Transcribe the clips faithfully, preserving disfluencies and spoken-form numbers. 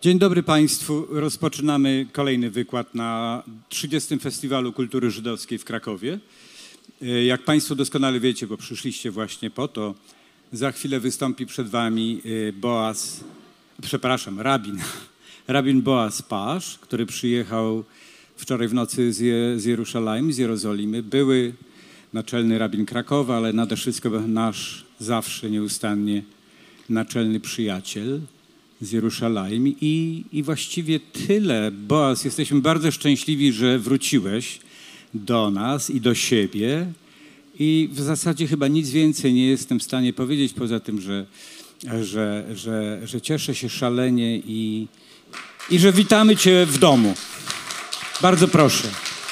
Dzień dobry Państwu. Rozpoczynamy kolejny wykład na trzydziestym Festiwalu Kultury Żydowskiej w Krakowie. Jak Państwo doskonale wiecie, bo przyszliście właśnie po to, za chwilę wystąpi przed Wami Boaz, przepraszam, rabin, rabin Boaz Pasz, który przyjechał wczoraj w nocy z, Je, z Jerusalem, z Jerozolimy. Były naczelny rabin Krakowa, ale nade wszystko nasz zawsze nieustannie naczelny przyjaciel z Jerusalem. I, I właściwie tyle. Boaz, jesteśmy bardzo szczęśliwi, że wróciłeś do nas i do siebie. I w zasadzie chyba nic więcej nie jestem w stanie powiedzieć, poza tym, że, że, że, że cieszę się szalenie i, i że witamy Cię w domu. Bardzo proszę.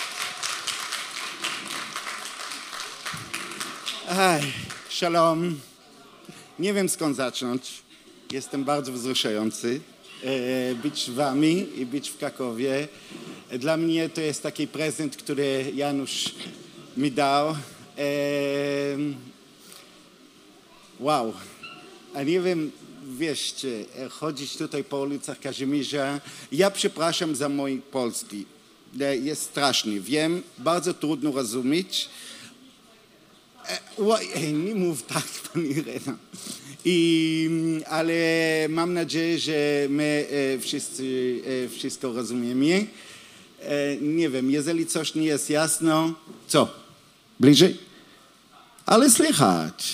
Aj, shalom. Nie wiem, skąd zacząć. Jestem bardzo wzruszający e, być z Wami i być w Krakowie. Dla mnie to jest taki prezent, który Janusz mi dał. E, wow. A nie wiem, wierzcie, chodzić tutaj po ulicach Kazimierza. Ja przepraszam za mój polski. Jest straszny. Wiem, bardzo trudno rozumieć. E, nie mów tak, pani Irena. I, ale mam nadzieję, że my e, wszyscy e, wszystko rozumiemy. E, nie wiem, jeżeli coś nie jest jasno, co? Bliżej? Ale słychać.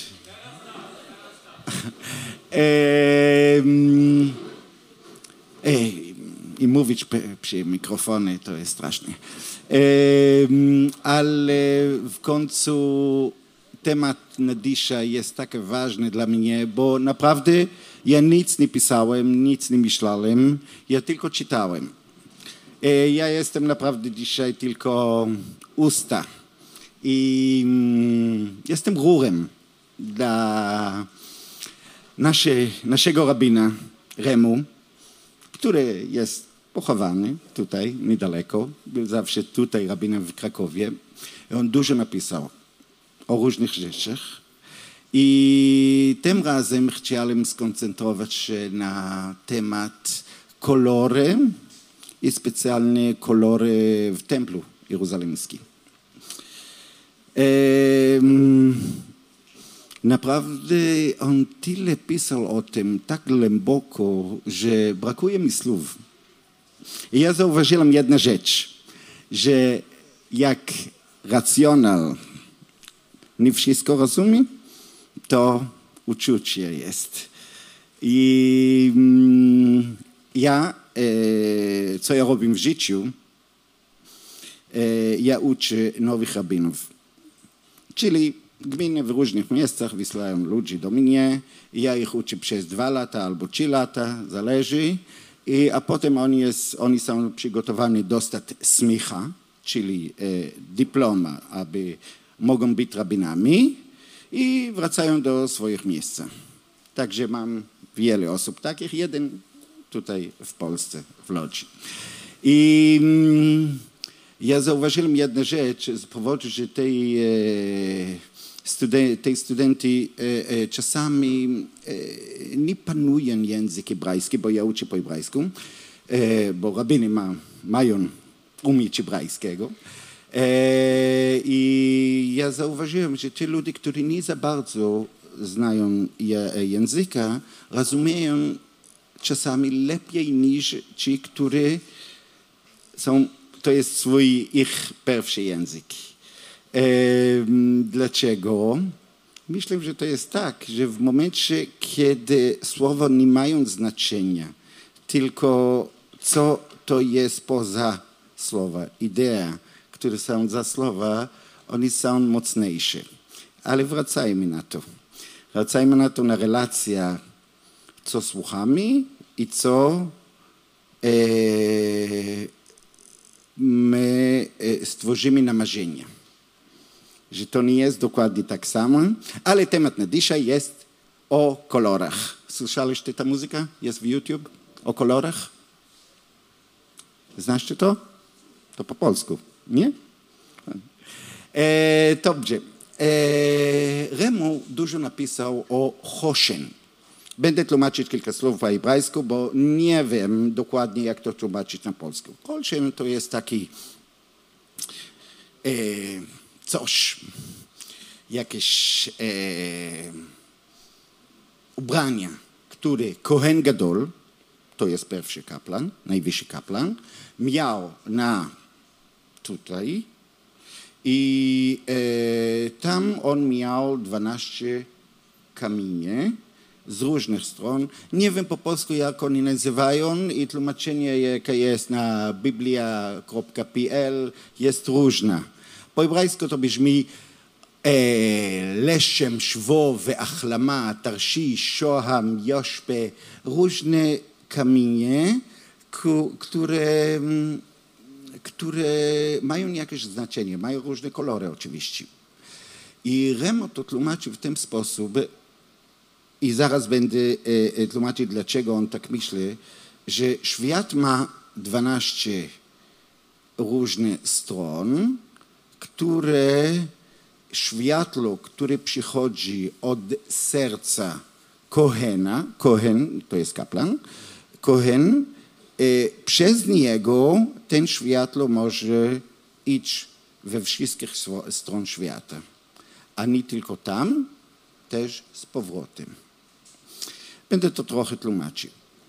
e, e, I mówić przy mikrofonie to jest straszne. E, ale w końcu temat na dzisiaj jest tak ważny dla mnie, bo naprawdę ja nic nie pisałem, nic nie myślałem, ja tylko czytałem. E, ja jestem naprawdę dzisiaj tylko usta i mm, jestem chórem dla nasze, naszego rabina Remu, który jest pochowany tutaj niedaleko, był zawsze tutaj rabinem w Krakowie. On dużo napisał o różnych rzeczach i tym razem chciałem skoncentrować się na temat kolory i specjalnie kolory w Templu Jerozolimskim. Ehm, naprawdę on tyle pisał o tym tak głęboko, że brakuje mi słów. I ja zauważyłem jedną rzecz, że jak racjonal nie wszystko rozumie, to uczucie jest. I mm, ja, e, co ja robię w życiu, e, ja uczę nowych rabinów. Czyli gminy w różnych miejscach wysyłają ludzi do mnie, ja ich uczę przez dwa lata albo trzy lata, zależy. I, a potem oni, jest, oni są przygotowani dostać smicha, czyli e, dyploma, aby mogą być rabinami i wracają do swoich miejsc. Także mam wiele osób takich, jeden tutaj w Polsce, w Łodzi. I mm, ja zauważyłem jedną rzecz z powodu, że tej, e, studen- tej studenci e, e, czasami e, nie panują język hebrajski, bo ja uczę po hebrajsku, e, bo rabiny ma, mają umieć hebrajskiego. I ja zauważyłem, że ci ludzie, którzy nie za bardzo znają języka, rozumieją czasami lepiej niż ci, którzy są, to jest swój ich pierwszy język. Dlaczego? Myślę, że to jest tak, że w momencie, kiedy słowa nie mają znaczenia, tylko co to jest poza słowa, idea, które są za słowa, one są mocniejsze. Ale wracajmy na to. Wracajmy na to, na relację, co słuchamy i co e, my stworzymy na marzenie. Że to nie jest dokładnie tak samo, ale temat na dzisiaj jest o kolorach. Słyszeliście ta muzyka? Jest w YouTube? O kolorach? Znasz to? To po polsku. Nie? E, dobrze. E, Remu dużo napisał o choshen. Będę tłumaczyć kilka słów po hebrajsku, bo nie wiem dokładnie, jak to tłumaczyć na polsku. Kolszem to jest taki e, coś, jakieś e, ubrania, które Kohen Gadol, to jest pierwszy kaplan, najwyższy kaplan, miał na tutaj i e, tam on miał dwanaście kamieni z różnych stron. Nie wiem po polsku, jak oni nazywają i tłumaczenie, jakie jest na biblia kropka p l jest różne. Po hebrajsku to brzmi לשם, שבו והחלמה, תרשיש, שוהם, יושפה, różne kamienie, które, które mają jakieś znaczenie, mają różne kolory oczywiście. I Remo to tłumaczy w ten sposób, i zaraz będę tłumaczyć, dlaczego on tak myśli, że świat ma dwanaście różnych stron, które światło, które przychodzi od serca Kohena, Kohen to jest kaplan, Kohen, przez niego ten światło może iść we wszystkich stron świata, a nie tylko tam, też z powrotem. Będę to trochę tłumaczył.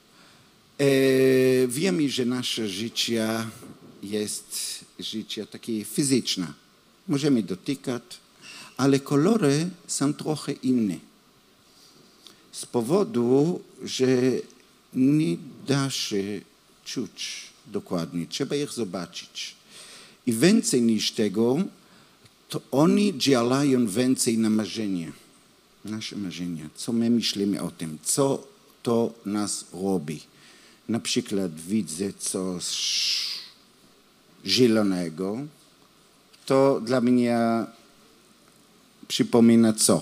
Wiemy, że nasze życie jest życie takie fizyczne. Możemy dotykać, ale kolory są trochę inne. Z powodu, że nie da się czuć dokładnie, trzeba ich zobaczyć. I więcej niż tego, to oni działają więcej na marzenie, nasze marzenia, co my myślimy o tym, co to nas robi. Na przykład widzę coś zielonego, to dla mnie przypomina co?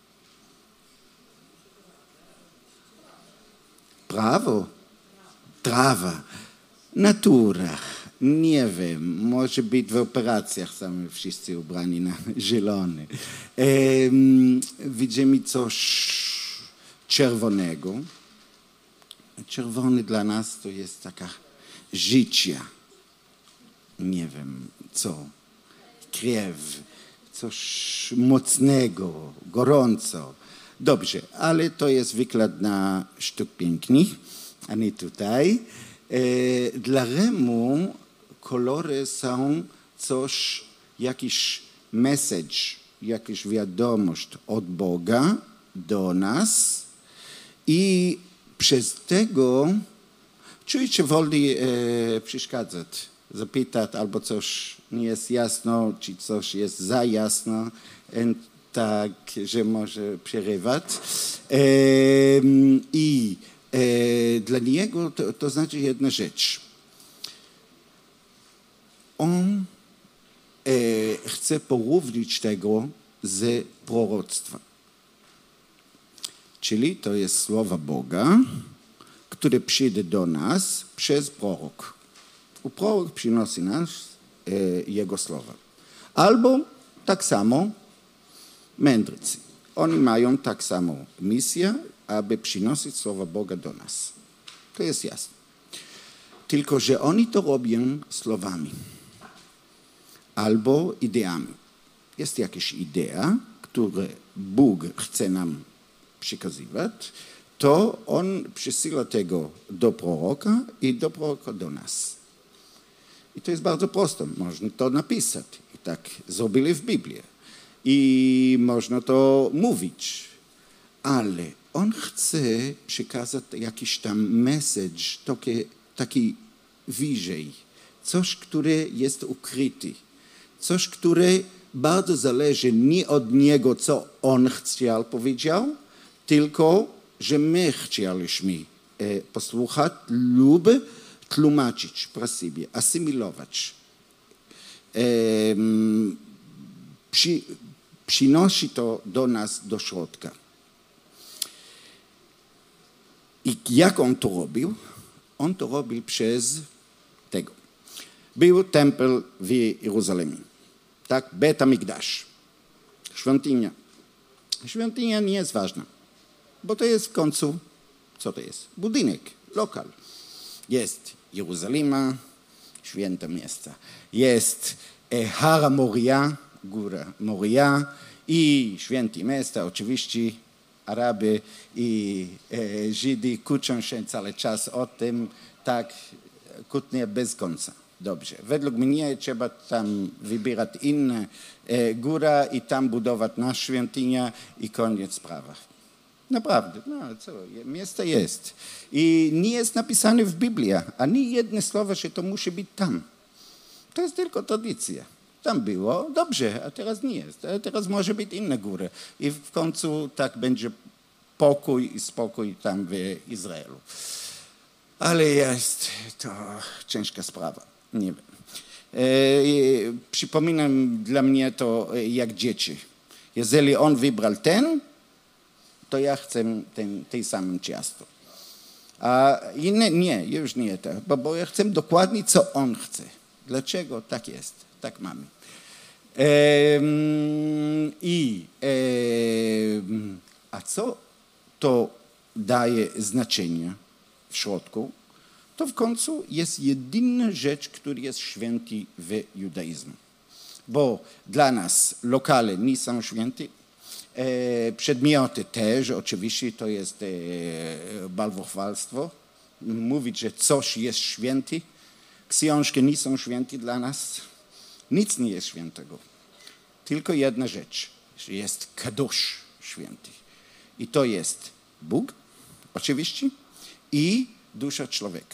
Prawo, trawa, natura, nie wiem, może być w operacjach sami wszyscy ubrani na zielony. E, widzimy coś czerwonego. Czerwony dla nas to jest taka życie, nie wiem co, krew, coś mocnego, gorąco. Dobrze, ale to jest wykład na sztuk pięknych, a nie tutaj. E, dla Remu kolory są coś, jakiś message, jakaś wiadomość od Boga do nas i przez tego czujecie wolni e, przeszkadzać, zapytać albo coś nie jest jasno, czy coś jest za jasno, tak, że może przerywać. E, I e, dla niego to, to znaczy jedna rzecz. On e, chce porównać tego z proroctwa. Czyli to jest słowa Boga, które przyjdzie do nas przez prorok. U prorok przynosi nas e, jego słowa. Albo tak samo mędrcy. Oni mają tak samo misję, aby przynosić słowa Boga do nas. To jest jasne. Tylko, że oni to robią słowami albo ideami. Jest jakaś idea, którą Bóg chce nam przekazywać, to on przysyła tego do proroka i do proroka do nas. I to jest bardzo proste. Można to napisać. I tak zrobili w Biblii. I można to mówić. Ale on chce przekazać jakiś tam message, taki, taki wyżej. Coś, które jest ukryte. Coś, które bardzo zależy nie od niego, co on chciał powiedział, tylko, że my chcieliśmy e, posłuchać lub tłumaczyć pro siebie, asymilować. E, przy, przynosi to do nas do środka. I jak on to robił? On to robił przez tego. Był tempel w Jerozolimie. Tak, Bet Amikdash. Świątynia. Świątynia nie jest ważna, bo to jest w końcu Co to jest? Budynek, lokal. Jest Jerozolima, święte miejsce. Jest e, Hara Moria, góra Moria i święte miejsca, oczywiście Araby i e, Żydzi kłócą się cały czas o tym, tak kłótnie bez końca. Dobrze. Według mnie trzeba tam wybierać inne e, góra i tam budować nasz świątynia i koniec sprawa. Naprawdę, no co, miejsce jest. I nie jest napisane w Biblii, ani jedno słowo, że to musi być tam. To jest tylko tradycja. Tam było, dobrze, a teraz nie jest. A teraz może być inna góra. I w końcu tak będzie pokój i spokój tam w Izraelu. Ale jest to ciężka sprawa. Nie wiem. E, przypominam dla mnie to jak dzieci. Jeżeli on wybrał ten, to ja chcę ten, tej samym ciasto. A inne nie, już nie to, bo, bo ja chcę dokładnie, co on chce. Dlaczego? Tak jest, tak mamy. E, I e, a co to daje znaczenie w środku? To w końcu jest jedyna rzecz, która jest święty w judaizmie. Bo dla nas lokale nie są święte, e, przedmioty też, oczywiście to jest e, bałwochwalstwo, mówić, że coś jest święte. Książki nie są święte dla nas, nic nie jest świętego. Tylko jedna rzecz, że jest kadosh święty. I to jest Bóg, oczywiście, i dusza człowieka.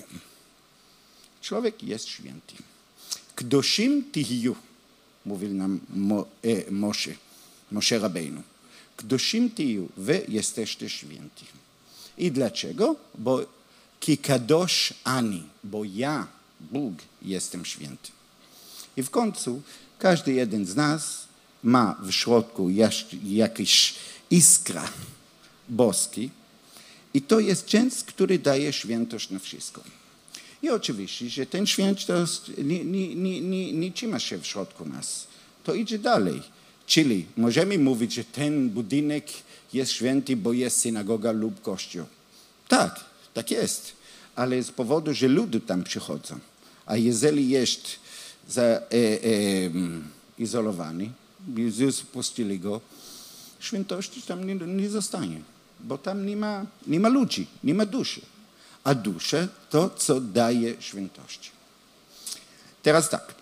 Człowiek jest święty. Kdoshim tihiyu, mówił nam Mo, e, Moshe, Moshe Rabbeinu. Kdoshim tihiyu, wy jesteście święci. I dlaczego? Bo ki kadosh ani, bo ja, Bóg, jestem święty. I w końcu każdy jeden z nas ma w środku jakiś iskra boski i to jest część, który daje świętość na wszystko. I oczywiście, że ten świętość nie, nie, nie, nie, nie trzyma się w środku nas. To idzie dalej. Czyli możemy mówić, że ten budynek jest święty, bo jest synagoga lub kościół. Tak, tak jest. Ale z powodu, że ludzie tam przychodzą. A jeżeli jest za, e, e, izolowany, Jezus puścili go, świętości tam nie, nie zostanie. Bo tam nie ma, nie ma ludzi, nie ma duszy. A dusza to, co daje świętości. Teraz tak.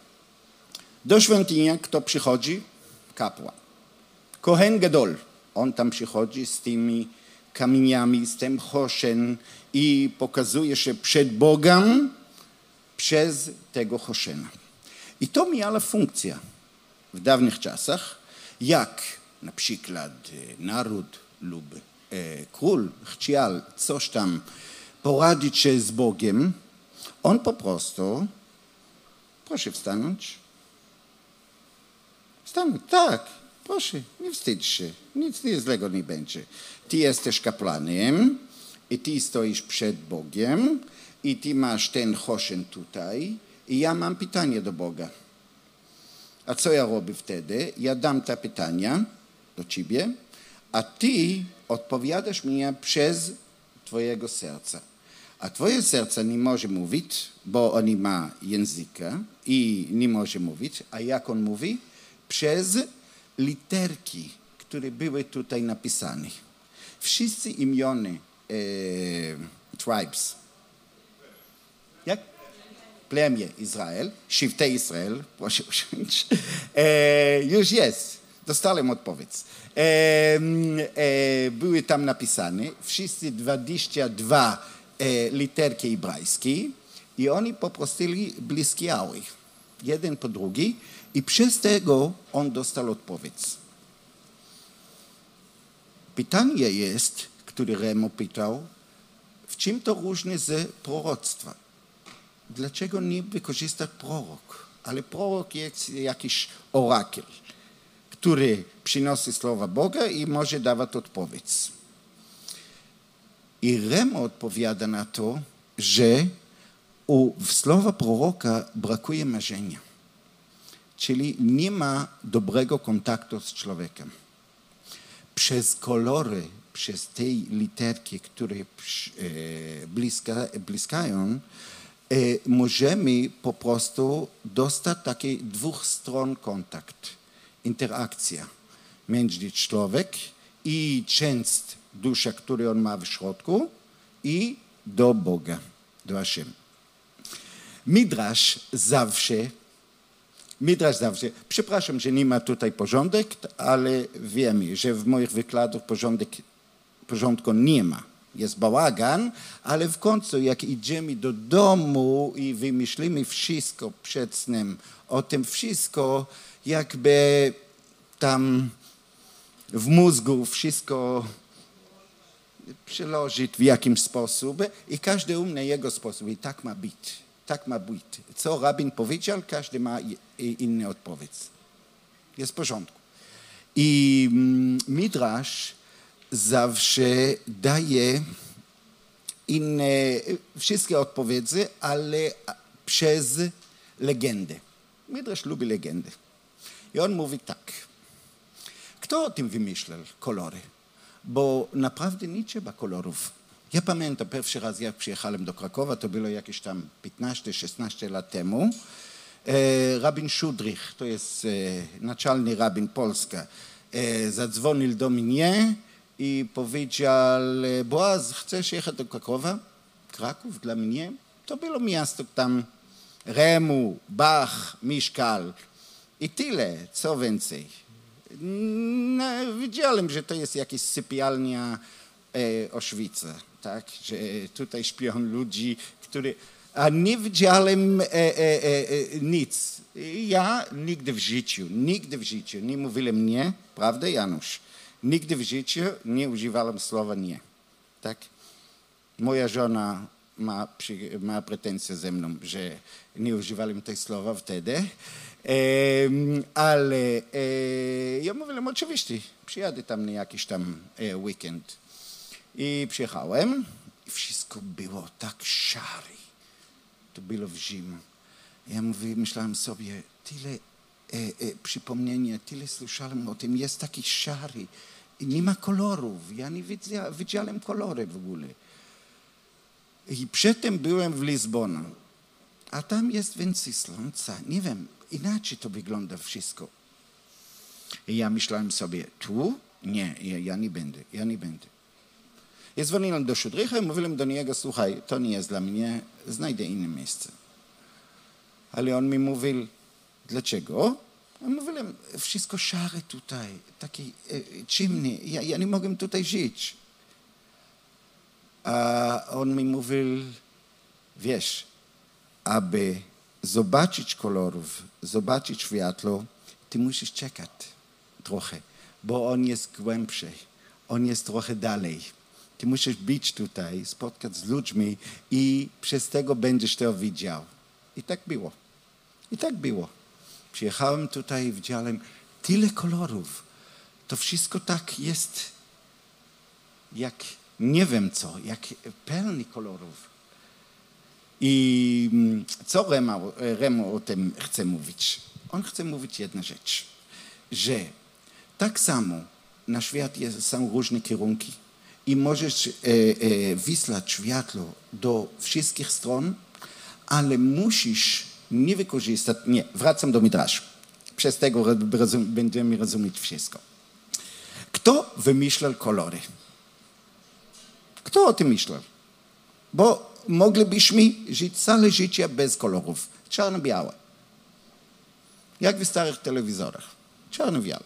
Do świątyni kto przychodzi? Kapłan. Kohen Gadol. On tam przychodzi z tymi kamieniami, z tym choszen i pokazuje się przed Bogiem przez tego choszena. I to miała funkcja w dawnych czasach, jak na przykład naród lub e, król chciał coś tam poradzić się z Bogiem, on po prostu, proszę wstanąć, wstanąć, tak, proszę, nie wstydź się, nic złego nie będzie. Ty jesteś kapłanem i ty stoisz przed Bogiem i ty masz ten choszen tutaj i ja mam pytanie do Boga. A co ja robię wtedy? Ja dam te pytania do ciebie, a ty odpowiadasz mi przez twojego serca. A twoje serce nie może mówić, bo on nie ma języka i nie może mówić. A jak on mówi? Przez literki, które były tutaj napisane. Wszyscy imiona e, tribes. Jak? Plemię Izrael, Shivtei Izrael, proszę usiąść. E, już jest, dostałem odpowiedź. E, e, były tam napisane wszyscy dwadzieścia dwie e, literki hebrajskie i oni poprosili bliskiały, jeden po drugi i przez tego on dostał odpowiedź. Pytanie jest, które Remo pytał, w czym to różni z proroctwa? Dlaczego nie wykorzystać prorok? Ale prorok jest jakiś orakel, który przynosi słowa Boga i może dawać odpowiedź. I Remo odpowiada na to, że u słowa proroka brakuje marzenia. Czyli nie ma dobrego kontaktu z człowiekiem. Przez kolory przez te literki, które bliska, bliskają, możemy po prostu dostać taki dwóch stron kontakt, interakcja między człowiek i część dusza, którą on ma w środku i do Boga, do Hashem. Midrash zawsze, Midrash zawsze, przepraszam, że nie ma tutaj porządek, ale wiemy, że w moich wykładach porządek, porządku nie ma. Jest bałagan, ale w końcu jak idziemy do domu i wymyślimy wszystko przed snem, o tym wszystko jakby tam w mózgu wszystko przełożyć w jakimś sposób i każdy umie jego sposób i tak ma być, tak ma być. Co rabin powiedział, każdy ma inny odpowiedź. Jest w porządku. I Midrash zawsze daje inne, wszystkie odpowiedzi, ale przez legendę. Midrash lubi legendy. I on mówi tak. Kto o tym wymyślał kolory? Bo naprawdę nie trzeba kolorów. Ja pamiętam pierwszy raz, jak przyjechałem do Krakowa, to było jakieś tam piętnaście szesnaście lat temu. E, rabin Szudrych, to jest e, naczelny rabin Polska, e, zadzwonił do mnie i powiedział, Boaz, chcesz jechać do Krakowa? Kraków dla mnie? To było miasto tam Remu, Bach, Miszkal i tyle, co więcej. No, widziałem, że to jest jakaś sypialnia e, Auschwitza, tak? Że tutaj śpią ludzi, którzy... A nie widziałem e, e, e, nic. Ja nigdy w życiu, nigdy w życiu nie mówiłem nie, prawda Janusz? Nigdy w życiu nie używałem słowa nie, tak? Moja żona ma, ma pretensje ze mną, że nie używałem tej słowa wtedy, e, ale e, ja mówiłem oczywiście, przyjadę tam na jakiś tam e, weekend. I przyjechałem i wszystko było tak szare. To było w zimę. Ja mówię, myślałem sobie, tyle e, e, przypomnienia, tyle słyszałem o tym, jest taki szary. Nie ma kolorów. Ja nie widzia, widziałem kolory w ogóle. I przedtem byłem w Lizbonie. A tam jest więcej słońca. Nie wiem, inaczej to wygląda wszystko. I ja myślałem sobie, tu? Nie, ja, ja nie będę, ja nie będę. Ja dzwoniłem do Szudrycha i mówiłem do niego, słuchaj, to nie jest dla mnie, znajdę inne miejsce. Ale on mi mówił, dlaczego? Ja mówiłem, wszystko szare tutaj, takie e, ciemne, ja, ja nie mogę tutaj żyć. A on mi mówił, wiesz, aby zobaczyć kolorów, zobaczyć światło, ty musisz czekać trochę, bo on jest głębszy, on jest trochę dalej. Ty musisz być tutaj, spotkać z ludźmi i przez tego będziesz to widział. I tak było. I tak było. Przyjechałem tutaj i widziałem tyle kolorów. To wszystko tak jest, jak nie wiem co, jak pełny kolorów. I co Remo, Remo o tym chce mówić? On chce mówić jedną rzecz, że tak samo na świat jest, są różne kierunki i możesz e, e, wysłać światło do wszystkich stron, ale musisz nie wykorzystać, nie, wracam do Midraszu. Przez tego rozum, będziemy rozumieć wszystko. Kto wymyślał kolory? Kto o tym myślał? Bo moglibyśmy żyć całe życie bez kolorów. Czarno-białe. Jak w starych telewizorach. Czarno-białe.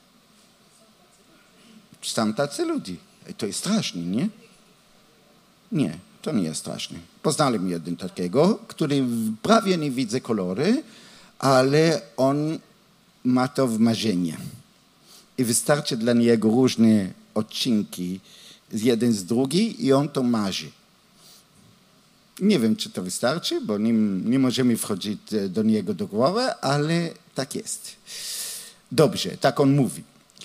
Są tacy ludzie. To jest straszne, nie? Nie, to nie jest straszne. Poznałem jeden takiego, który prawie nie widzi kolory, ale on ma to w marzeniu. I wystarczy dla niego różne odcinki jeden z drugi i on to marzy. Nie wiem, czy to wystarczy, bo nie, nie możemy wchodzić do niego do głowy, ale tak jest. Dobrze, tak on mówi.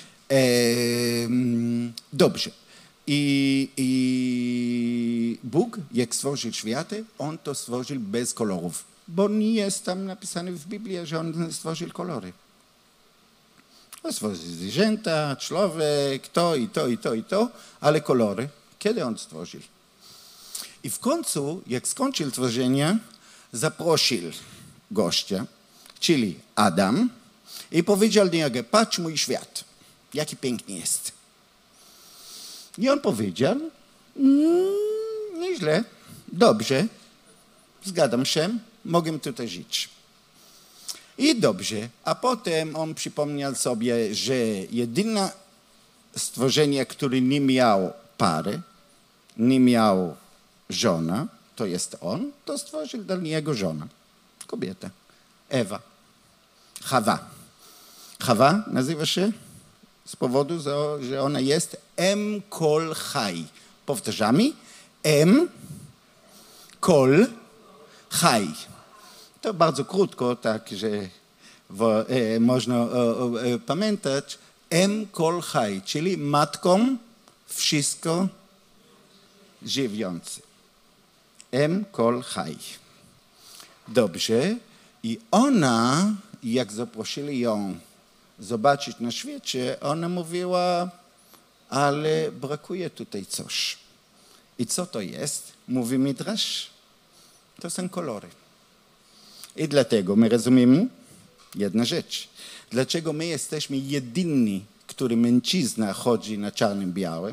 Eee, dobrze. I, I Bóg, jak stworzył świat, on to stworzył bez kolorów, bo nie jest tam napisane w Biblii, że on stworzył kolory. Stworzył zwierzęta, człowiek, to i to i to i to, ale kolory. Kiedy on stworzył? I w końcu, jak skończył tworzenie, zaprosił gościa, czyli Adam, i powiedział do niego, patrz mój świat, jaki piękny jest. I on powiedział, mm, nieźle, dobrze, zgadzam się, mogę tutaj żyć. I dobrze, a potem on przypomniał sobie, że jedyne stworzenie, które nie miał pary, nie miał żona, to jest on, to stworzył dla niego żona, kobieta, Ewa, Hawa. Hawa nazywa się z powodu, że ona jest Em Kol Chai. Powtarzamy, Em Kol Chai. To bardzo krótko, tak, że w, e, można e, e, pamiętać. Em Kol Chai, czyli matką wszystko żywiące. Em Kol Chai. Dobrze. I ona, jak zaprosili ją zobaczyć na świecie, ona mówiła, ale brakuje tutaj coś. I co to jest? Mówi Midrash, to są kolory. I dlatego my rozumiemy jedna rzecz. Dlaczego my jesteśmy jedyni, który mężczyzna chodzi na czarnym białym,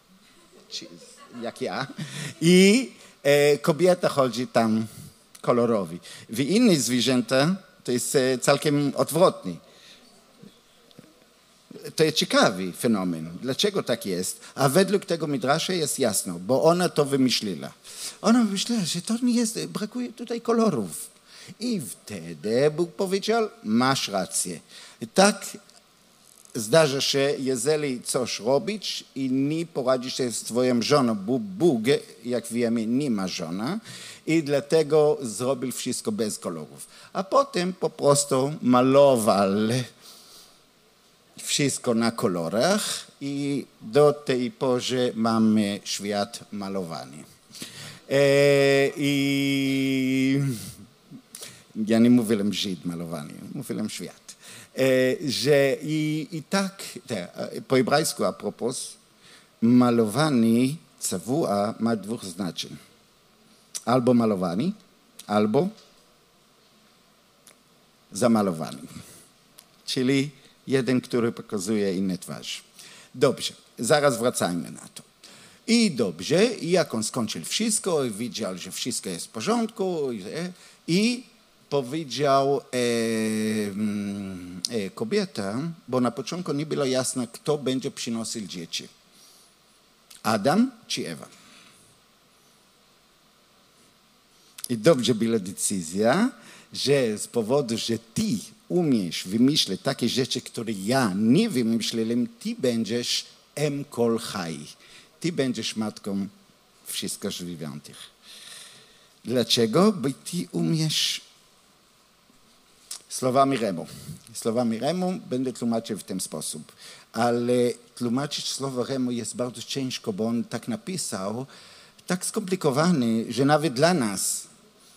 jak ja, i e, kobieta chodzi tam kolorowi. W innych zwierzętach to jest całkiem odwrotnie. To jest ciekawy fenomen. Dlaczego tak jest? A według tego Midrasza jest jasno, bo ona to wymyśliła. Ona wymyśliła, że to nie jest, brakuje tutaj kolorów. I wtedy Bóg powiedział, masz rację. Tak zdarza się, jeżeli coś robisz i nie poradzisz się z twoją żoną, bo Bóg, jak wiemy, nie ma żona i dlatego zrobił wszystko bez kolorów. A potem po prostu malował wszystko na kolorach i do tej pory mamy świat malowany. E, I ja nie mówiłem Żyd malowany, mówiłem świat. E, że i, i tak, te, po hebrajsku a propos, malowany, cawua ma dwóch znaczeń. Albo malowany, albo zamalowany. Czyli jeden, który pokazuje inny twarz. Dobrze, zaraz wracajmy na to. I dobrze, i jak on skończył wszystko, i widział, że wszystko jest w porządku, i powiedział e, e, kobieta, bo na początku nie było jasne, kto będzie przynosił dzieci. Adam czy Ewa. I dobrze była decyzja, że z powodu, że ty umiesz wymyślić takie rzeczy, które ja nie wymyśliłem, ty będziesz Em Kol Chai. Ty będziesz matką wszystkich żyjących. Dlaczego? Bo ty umiesz słowami Remu. Słowami Remu będę tłumaczył w ten sposób. Ale tłumaczyć słowo Remu jest bardzo ciężko, bo on tak napisał, tak skomplikowany, że nawet dla nas,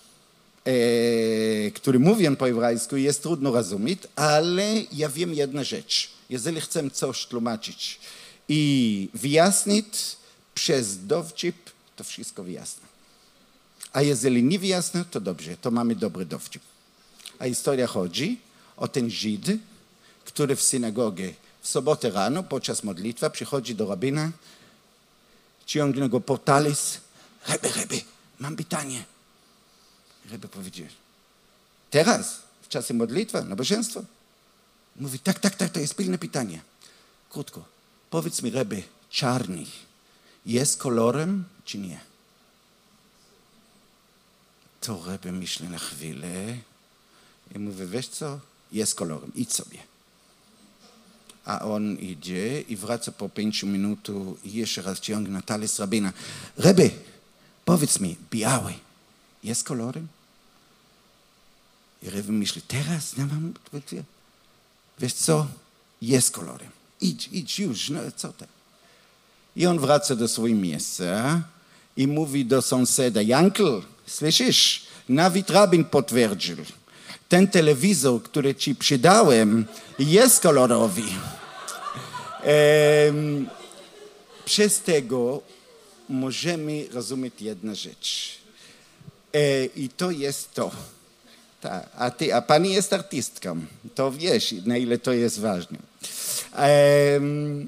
e, który mówią po hebrajsku, jest trudno rozumieć, ale ja wiem jedną rzecz. Jeżeli chcę coś tłumaczyć i wyjaśnić przez dowcip, to wszystko wyjaśnię. A jeżeli nie wyjaśnię, to dobrze, to mamy dobry dowcip. A historia chodzi o ten Żyd, który w synagogę w sobotę rano podczas modlitwy przychodzi do rabina, ciągnie go po talis. Rebbe, Rebbe, mam pytanie. Rebbe powiedział, teraz, w czasie modlitwy, nabożeństwo? Mówi, tak, tak, tak, to jest pilne pytanie. Krótko, powiedz mi, Rebbe, czarny jest kolorem, czy nie? To Rebbe myśli na chwilę i mówi, wiesz co, jest kolorem, idź sobie. A on idzie i wraca po pięciu minutach i jeszcze raz ciągnie talis rabina. Rebbe, powiedz mi, biały jest kolorem? I Rebbe myśli, teraz nie mam odpowiedzi. Wiesz co, jest kolorem. Idź, idź już, no co to? I on wraca do swojego miejsca i mówi do sąsiada, Jankel, słyszysz, nawet rabin potwierdził. ten telewizor, który ci przydałem, jest kolorowy. Ehm, przez tego możemy rozumieć jedną rzecz. E, I to jest to. Ta, a, ty, a pani jest artystką. To wiesz, na ile to jest ważne. Ehm,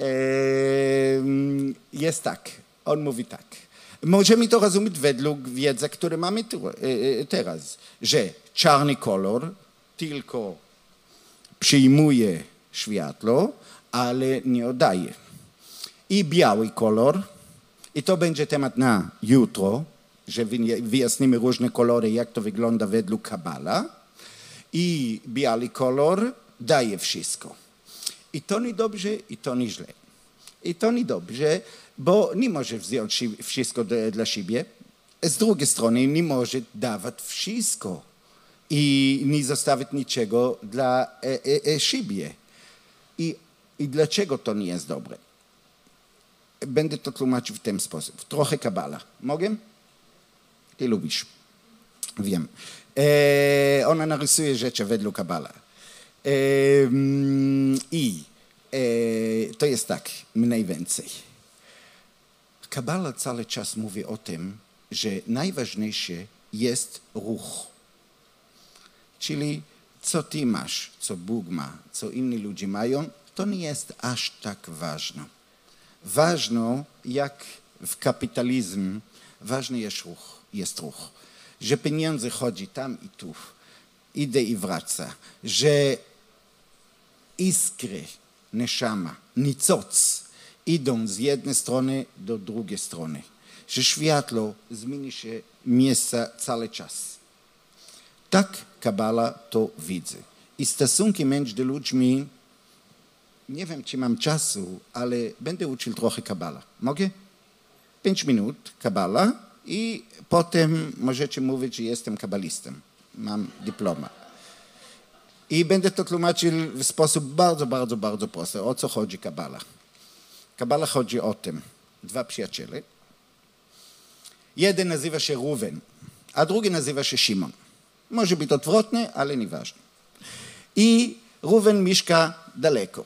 ehm, jest tak. On mówi tak. Możemy to rozumieć według wiedzy, które mamy tu, e, teraz. Że czarny kolor tylko przyjmuje światło, ale nie oddaje. I biały kolor, i to będzie temat na jutro, że wyjaśnimy różne kolory, jak to wygląda według Kabala. I biały kolor daje wszystko. I to nie dobrze, i to nie źle. I to nie dobrze, bo nie może wziąć wszystko dla siebie. Z drugiej strony nie może dawać wszystko i nie zostawić niczego dla e, e, siebie. I, I dlaczego to nie jest dobre? Będę to tłumaczył w ten sposób. Trochę Kabala. Mogę? Ty lubisz. Wiem. E, ona narysuje rzeczy według Kabala. E, I e, to jest tak, mniej więcej. Kabala cały czas mówi o tym, że najważniejsze jest ruch. Czyli co ty masz, co Bóg ma, co inni ludzie mają, to nie jest aż tak ważne. Ważne, jak w kapitalizm, ważny jest ruch, jest ruch. Że pieniądze chodzi tam i tu, idzie i wraca. Że iskry, neszama, nicoc idą z jednej strony do drugiej strony. Że światło zmieni się miejsca cały czas. Tak Kabala to widzi. I stosunki między ludźmi, nie wiem, czy mam czasu, ale będę uczył trochę Kabala. Mogę? Pięć minut Kabala i potem możecie mówić, że jestem kabalistą. Mam dyploma. I będę to tłumaczył w sposób bardzo, bardzo, bardzo prosty. O co chodzi Kabala? Kabala chodzi o tym. Dwa przyjaciele. Jeden nazywa się Ruven, a drugi nazywa się Szymon. Może być odwrotnie, ale nieważne. I Ruven mieszka daleko.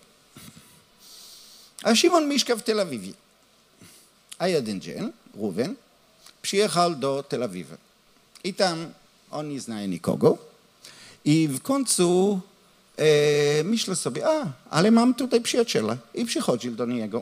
A Szymon mieszka w Tel Awiwie. A jeden dzień Ruven przyjechał do Tel Awiwa. I tam on nie zna nikogo. I w końcu e, myślę sobie, a, ale mam tutaj przyjaciela. I przychodził do niego.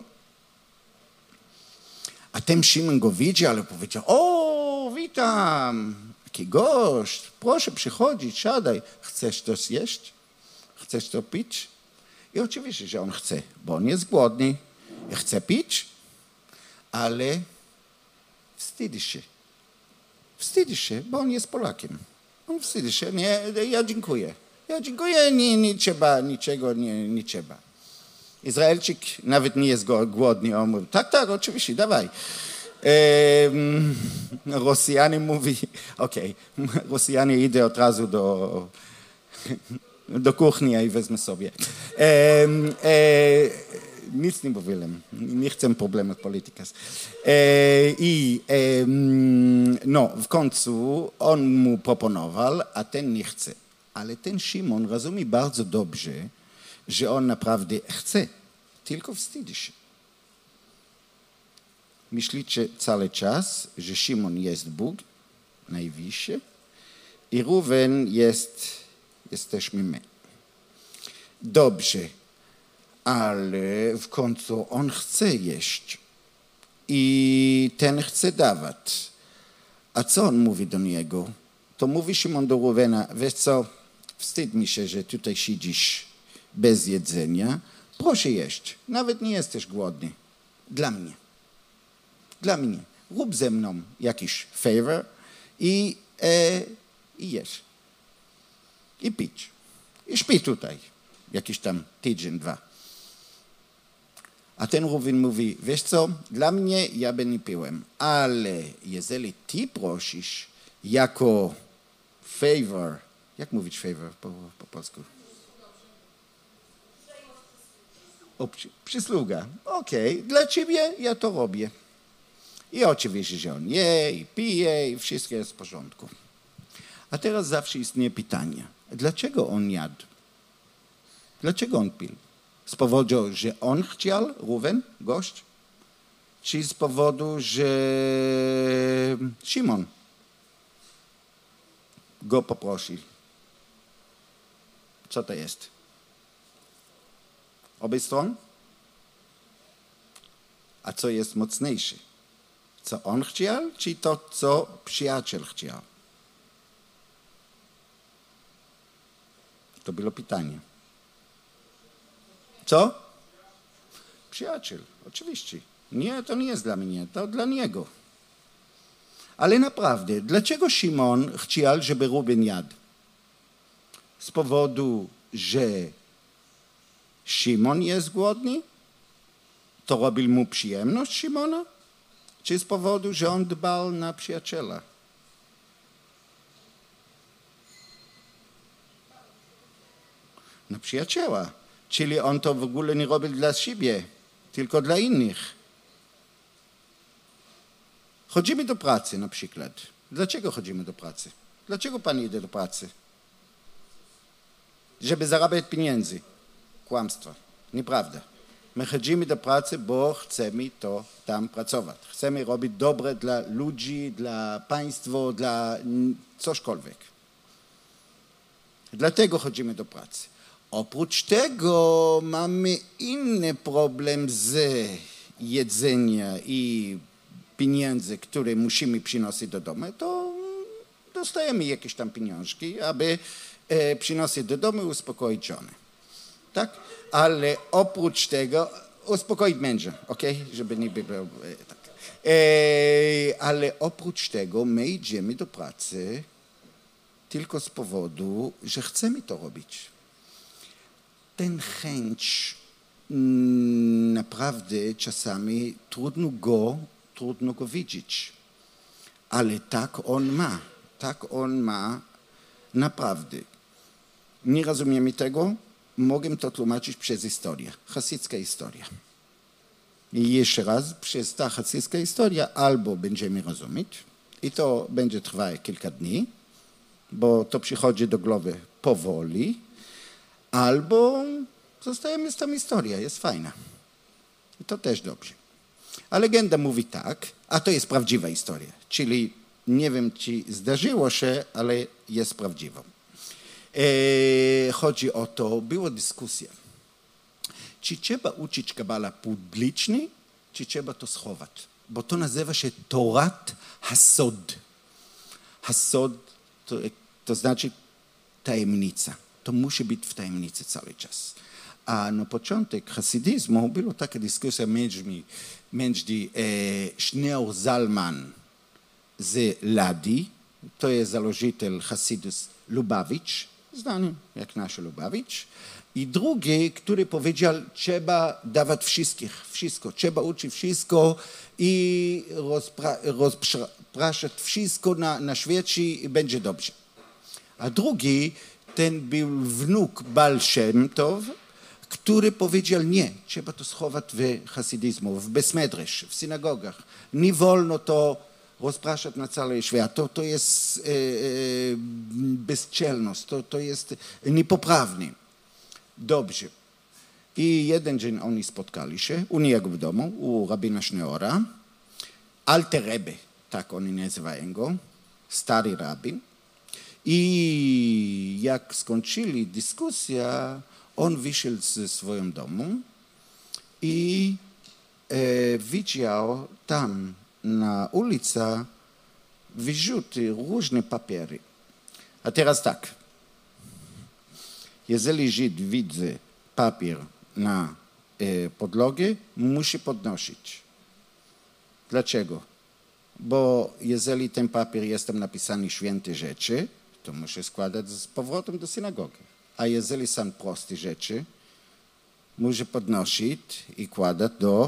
A ten Szymon go widzi, ale powiedział, o, witam, jaki gość, proszę przychodzić, siadaj. Chcesz to zjeść? Chcesz to pić? I oczywiście, że on chce, bo on jest głodny i chce pić, ale wstydzi się. Wstydzi się, bo on jest Polakiem. On wstydzi się, nie, ja dziękuję. Ja dziękuję, nie, nie trzeba, niczego nie, nie trzeba. Izraelczyk nawet nie jest głodny, on mówi, tak, tak, oczywiście, dawaj. Ehm, Rosjanie mówi, okej, okay. Rosjanie idzie od razu do, do kuchni i wezmę sobie. Ehm, e, nic nie mówiłem, nie chcę problemów politykas. E, I e, no, w końcu on mu proponował, a ten nie chce. Ale ten Szymon rozumie bardzo dobrze, że on naprawdę chce, tylko wstydzi się. Myślicie cały czas, że Szymon jest Bóg, najwyższy, i Ruven jest, jesteśmy my. Dobrze, ale w końcu on chce jeść i ten chce dawać. A co on mówi do niego? To mówi Szymon do Ruvena, wiesz co, wstyd mi się, że tutaj siedzisz bez jedzenia, proszę jeść, nawet nie jesteś głodny. Dla mnie. Dla mnie. Rób ze mną jakiś favor i, e, i jesz. I pić. I śpi tutaj. Jakiś tam tydzień, dwa. A ten Ruven mówi, wiesz co, dla mnie ja by nie piłem, ale jeżeli ty prosisz jako favor, jak mówić favor po, po polsku? O, przy, przysługa. Okej, okay. Dla ciebie ja to robię. I oczywiście, że on je i pije i wszystko jest w porządku. A teraz zawsze istnieje pytanie, Dlaczego on jadł? Dlaczego on pił? Z powodu, że on chciał, Ruben, gość? Czy z powodu, że Szymon go poprosił? Co to jest? Obie strony? A co jest mocniejsze? Co on chciał, czy to, co przyjaciel chciał? To było pytanie. Co? Przyjaciel, oczywiście. Nie, to nie jest dla mnie, to dla niego. Ale naprawdę, dlaczego Szymon chciał, żeby Ruben jadł? Z powodu, że Szymon jest głodny? To robił mu przyjemność Szymona? Czy z powodu, że on dbał na przyjaciela? Na przyjaciela. Czyli on to w ogóle nie robił dla siebie, tylko dla innych. Chodzimy do pracy na przykład. Dlaczego chodzimy do pracy? Dlaczego pan idzie do pracy? Żeby zarabiać pieniędzy. Kłamstwo. Nieprawda. My chodzimy do pracy, bo chcemy to tam pracować. Chcemy robić dobre dla ludzi, dla państwa, dla cośkolwiek. Dlatego chodzimy do pracy. Oprócz tego mamy inny problem z jedzenia i pieniędzy, które musimy przynosić do domu. To dostajemy jakieś tam pieniążki, aby e, przynosić do domu i uspokoić żonę. Tak? Ale oprócz tego, uspokoić męża, ok? Żeby nie było e, tak. E, ale oprócz tego my idziemy do pracy tylko z powodu, że chcemy to robić. Ten chęć naprawdę czasami trudno go, trudno go widzieć. Ale tak on ma, tak on ma naprawdę. Nie rozumiemy tego, mogę to tłumaczyć przez historię, hasycka historia. I jeszcze raz, przez ta hasycka historia albo będziemy rozumieć i to będzie trwać kilka dni, bo to przychodzi do głowy powoli, albo zostajemy z tą historią, jest fajna. I to też dobrze. A legenda mówi tak, a to jest prawdziwa historia, czyli nie wiem, czy zdarzyło się, ale jest prawdziwą. E, chodzi o to, była dyskusja, czy trzeba uczyć kabala publicznie, czy trzeba to schować, bo to nazywa się Torat Hasod. Hasod to, to znaczy tajemnica. To musi być w tajemnicy cały czas. A na początek hasydyzmu była taka dyskusja między e, Shneur Zalman z Ladi, to jest założyciel Hasydus Lubavitch, znany jak nasz Lubavitch, i drugi, który powiedział, trzeba dawać wszystkich, wszystko, trzeba uczyć wszystko i rozpra, rozpraszać wszystko na, na świecie i będzie dobrze. A drugi, ten był wnuk Baal Shem Tov, który powiedział, nie, trzeba to schować w hasydyzmu, w Besmedresh, w synagogach. Nie wolno to rozpraszać na cały świat. To, to jest e, e, bezczelność, to, to jest niepoprawne. Dobrze. I jeden dzień oni spotkali się u niego w domu, u rabina Szneora, Alter Rebbe, tak oni nazywają go, stary rabin. I jak skończyli dyskusję, on wyszedł ze swoim domu i e, widział tam na ulicy wyrzuty różne papiery. A teraz tak, jeżeli Żyd widzi papier na e, podłogę, musi podnosić. Dlaczego? Bo jeżeli ten papier jest tam napisany święte rzeczy, to musi składać z powrotem do synagogi. A jeżeli są proste rzeczy, musi podnosić i kładać do,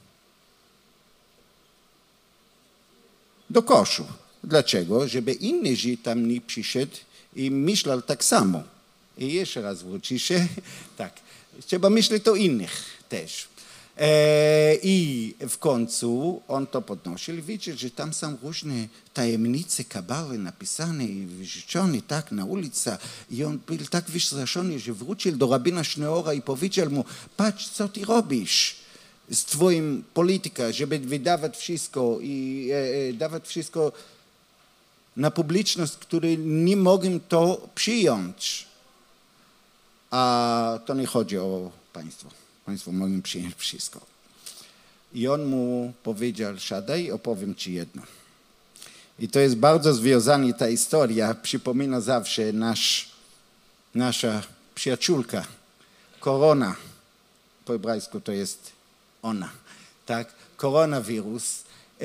do koszu. Dlaczego? Żeby inny Żyd tam nie przyszedł i myślał tak samo. I jeszcze raz wróci się, tak, trzeba myśleć o innych też. E, I w końcu on to podnosił i widział, że tam są różne tajemnice kabały napisane i wyrzeczone tak na ulicy. I on był tak wystraszony, że wrócił do rabina Szneora i powiedział mu, patrz, co ty robisz z twoim polityką, żeby wydawać wszystko i e, dawać wszystko na publiczność, które nie mogą to przyjąć. A to nie chodzi o państwo. Państwo mogą przyjąć wszystko. I on mu powiedział, siadaj, opowiem ci jedno. I to jest bardzo związana ta historia, przypomina zawsze nasz, nasza przyjaciółka, korona. Po hebrajsku to jest ona, tak? Koronawirus, e,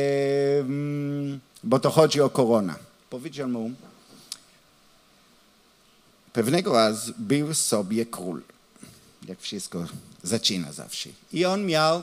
bo to chodzi o korona. Powiedział mu, pewnego razu był sobie król, jak wszystko zaczyna zawsze. I on miał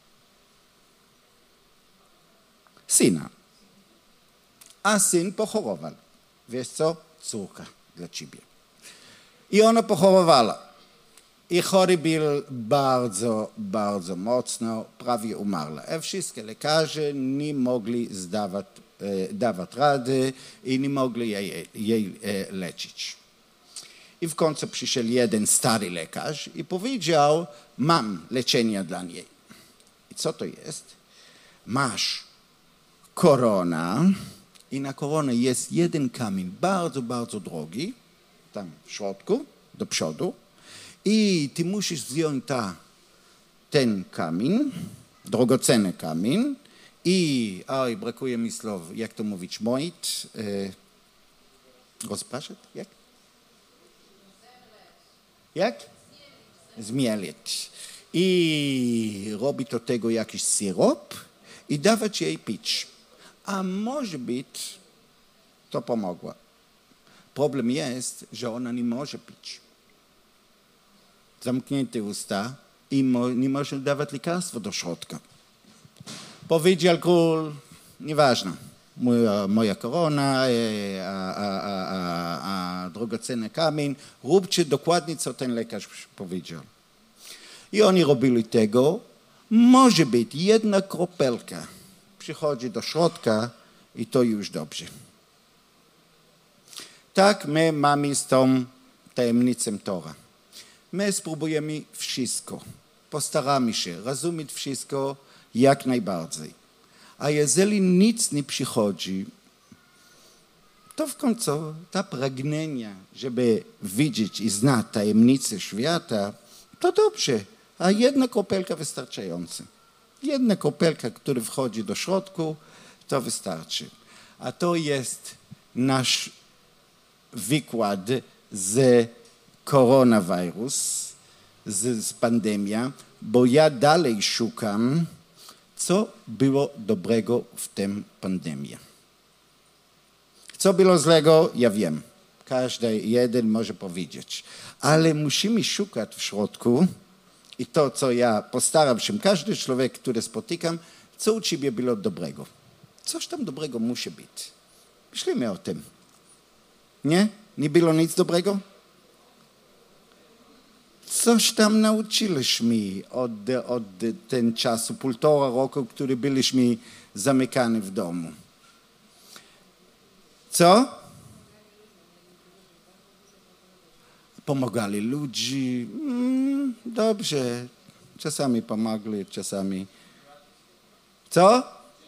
syna. A syn pochorował. Wiesz co? Córka dla ciebie. I ona pochorowała. I chory był bardzo, bardzo mocno, prawie umarła. A wszystkie lekarze nie mogli zdawać, e, dawać rady i nie mogli jej, jej e, leczyć. I w końcu przyszedł jeden stary lekarz i powiedział, mam leczenie dla niej. I co to jest? Masz korona i na koronę jest jeden kamień, bardzo, bardzo drogi, tam w środku, do przodu. I ty musisz wziąć ta, ten kamień, drogocenny kamień i, oj, brakuje mi słów, jak to mówić, moit, e, rozpraszać, jak? Jak? Zmielić. I robić do tego jakiś syrop i dawać jej pić. A może być, to pomogło. Problem jest, że ona nie może pić. Zamknięte usta i mo, nie może dawać lekarstwo do środka. Powiedział król, nieważne, moja, moja korona, a, a, a, a, a drogocenny kamień, róbcie dokładnie, co ten lekarz powiedział. I oni robili tego, może być jedna kropelka przychodzi do środka i to już dobrze. Tak my mamy z tą tajemnicą Tora. My spróbujemy wszystko, postaramy się rozumieć wszystko jak najbardziej. A jeżeli nic nie przychodzi, to w końcu ta pragnienie, żeby widzieć i znać tajemnice świata, to dobrze, a jedna kropelka wystarczająca. Jedna kropelka, która wchodzi do środku, to wystarczy. A to jest nasz wykład z koronawirus, z, z pandemia, bo ja dalej szukam, co było dobrego w tym pandemii. Co było złego, ja wiem. Każdy jeden może powiedzieć. Ale musimy szukać w środku i to, co ja postaram się, każdy człowiek, który spotykam, co u ciebie było dobrego. Coś tam dobrego musi być. Myślimy o tym. Nie? Nie było nic dobrego? Coś tam nauczyliśmy od, od ten czasu, półtora roku, który byliśmy zamykani w domu. Co? Pomagali ludzi. Mm, dobrze. Czasami pomagli, czasami. Co?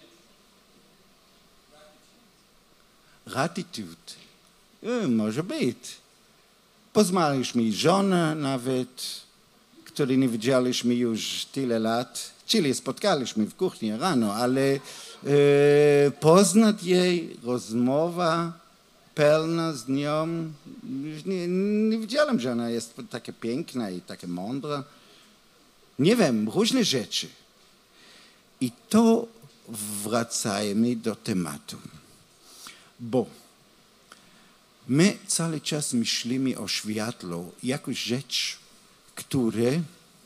Gratitude. E, może być. Poznaliśmy żonę nawet, której nie widzieliśmy już tyle lat. Czyli spotkaliśmy w kuchni rano, ale e, poznać jej, rozmowa pełna z nią. Nie, nie wiedziałem, że ona jest taka piękna i taka mądra. Nie wiem, różne rzeczy. I to wracajmy do tematu. Bo my cały czas myślimy o światło jako rzecz, które...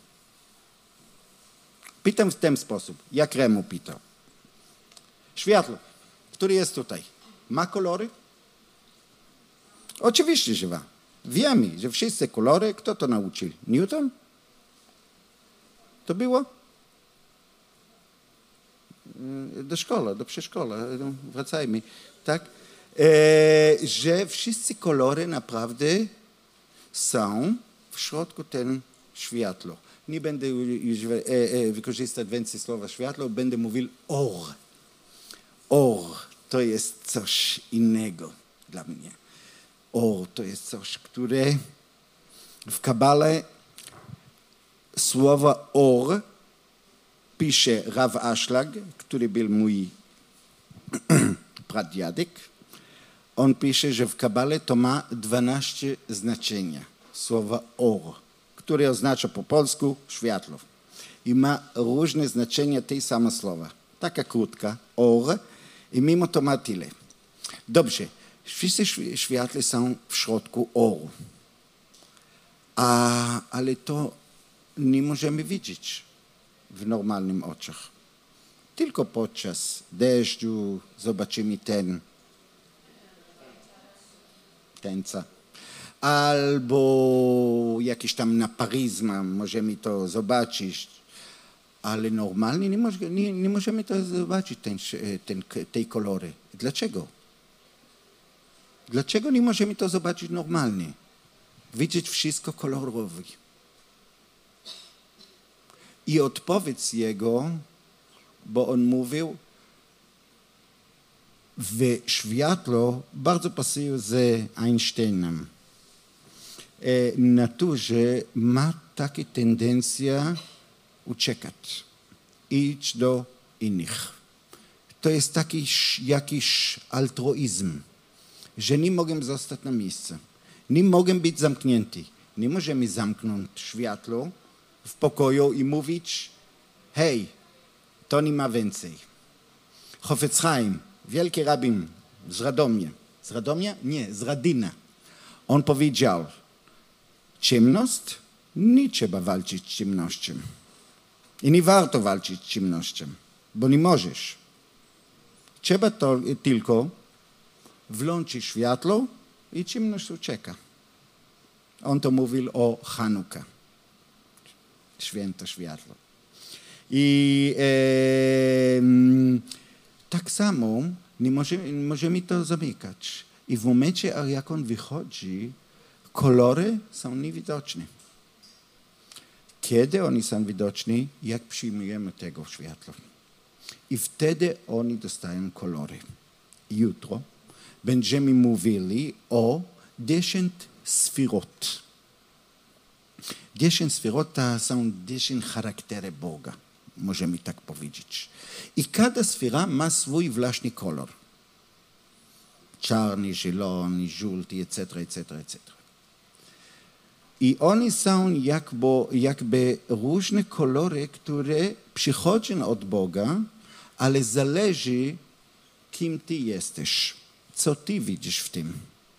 Pytam w ten sposób, jak Remu pytał. Światło, które jest tutaj, ma kolory? Oczywiście, że ma. Wiemy, że wszyscy kolory, kto to nauczył? Newton? To było? do szkoły, do przedszkola, no, wracajmy, tak? E, że wszyscy kolory naprawdę są w środku ten światło. Nie będę już wykorzystać więcej słowa światło, będę mówił or. Or to jest coś innego dla mnie. Or to jest coś, które w Kabale słowo or pisze Rav Ashlag, który był mój pradziadek. On pisze, że w Kabale to ma dwanaście znaczenia. Słowa or, które oznacza po polsku światło. I ma różne znaczenia tej same słowa. Taka krótka, or, i mimo to ma tyle. Dobrze, wszyscy światły są w środku oru. A, ale to nie możemy widzieć w normalnym oczach. Tylko podczas deszczu zobaczymy ten tańca. Albo jakiś tam naparyzma możemy to zobaczyć, ale normalnie nie, może, nie, nie możemy to zobaczyć, ten, ten, tej kolory. Dlaczego? Dlaczego nie możemy to zobaczyć normalnie? Widzieć wszystko kolorowe. I odpowiedź jego, bo on mówił, w światło bardzo pasuje z Einsteinem. W naturze ma takie tendencje uciekać, iść do innych. To jest taki jakiś altruizm, że nie mogę zostać na miejscu. Nie mogę być zamknięty. Nie możemy zamknąć światło w pokoju i mówić, hej, to nie ma więcej. Chofetz Chaim, wielki rabin z Radomia. Z Radomia? Nie, z Radyna. On powiedział, ciemność, nie trzeba walczyć z ciemnością. I nie warto walczyć z ciemnością, bo nie możesz. Trzeba to tylko włączyć światło i ciemność ucieka. On to mówił o Chanukka, święto światło. I e, tak samo nie możemy, nie możemy to zamykać. I w momencie, jak on wychodzi, kolory są niewidoczne. Kiedy oni są widoczni? Jak przyjmujemy tego światła. I wtedy oni dostają kolory. Jutro będziemy mówili o dziesięć sfirot. Dziesięć sfirot to są dziesięć charaktery Boga, możemy tak powiedzieć. I każda sfera ma swój własny kolor. Czarny, zielony, żółty, et cetera, et cetera, et cetera. I one są jakby, jakby różne kolory, które przychodzą od Boga, ale zależy, kim ty jesteś, co ty widzisz w tym.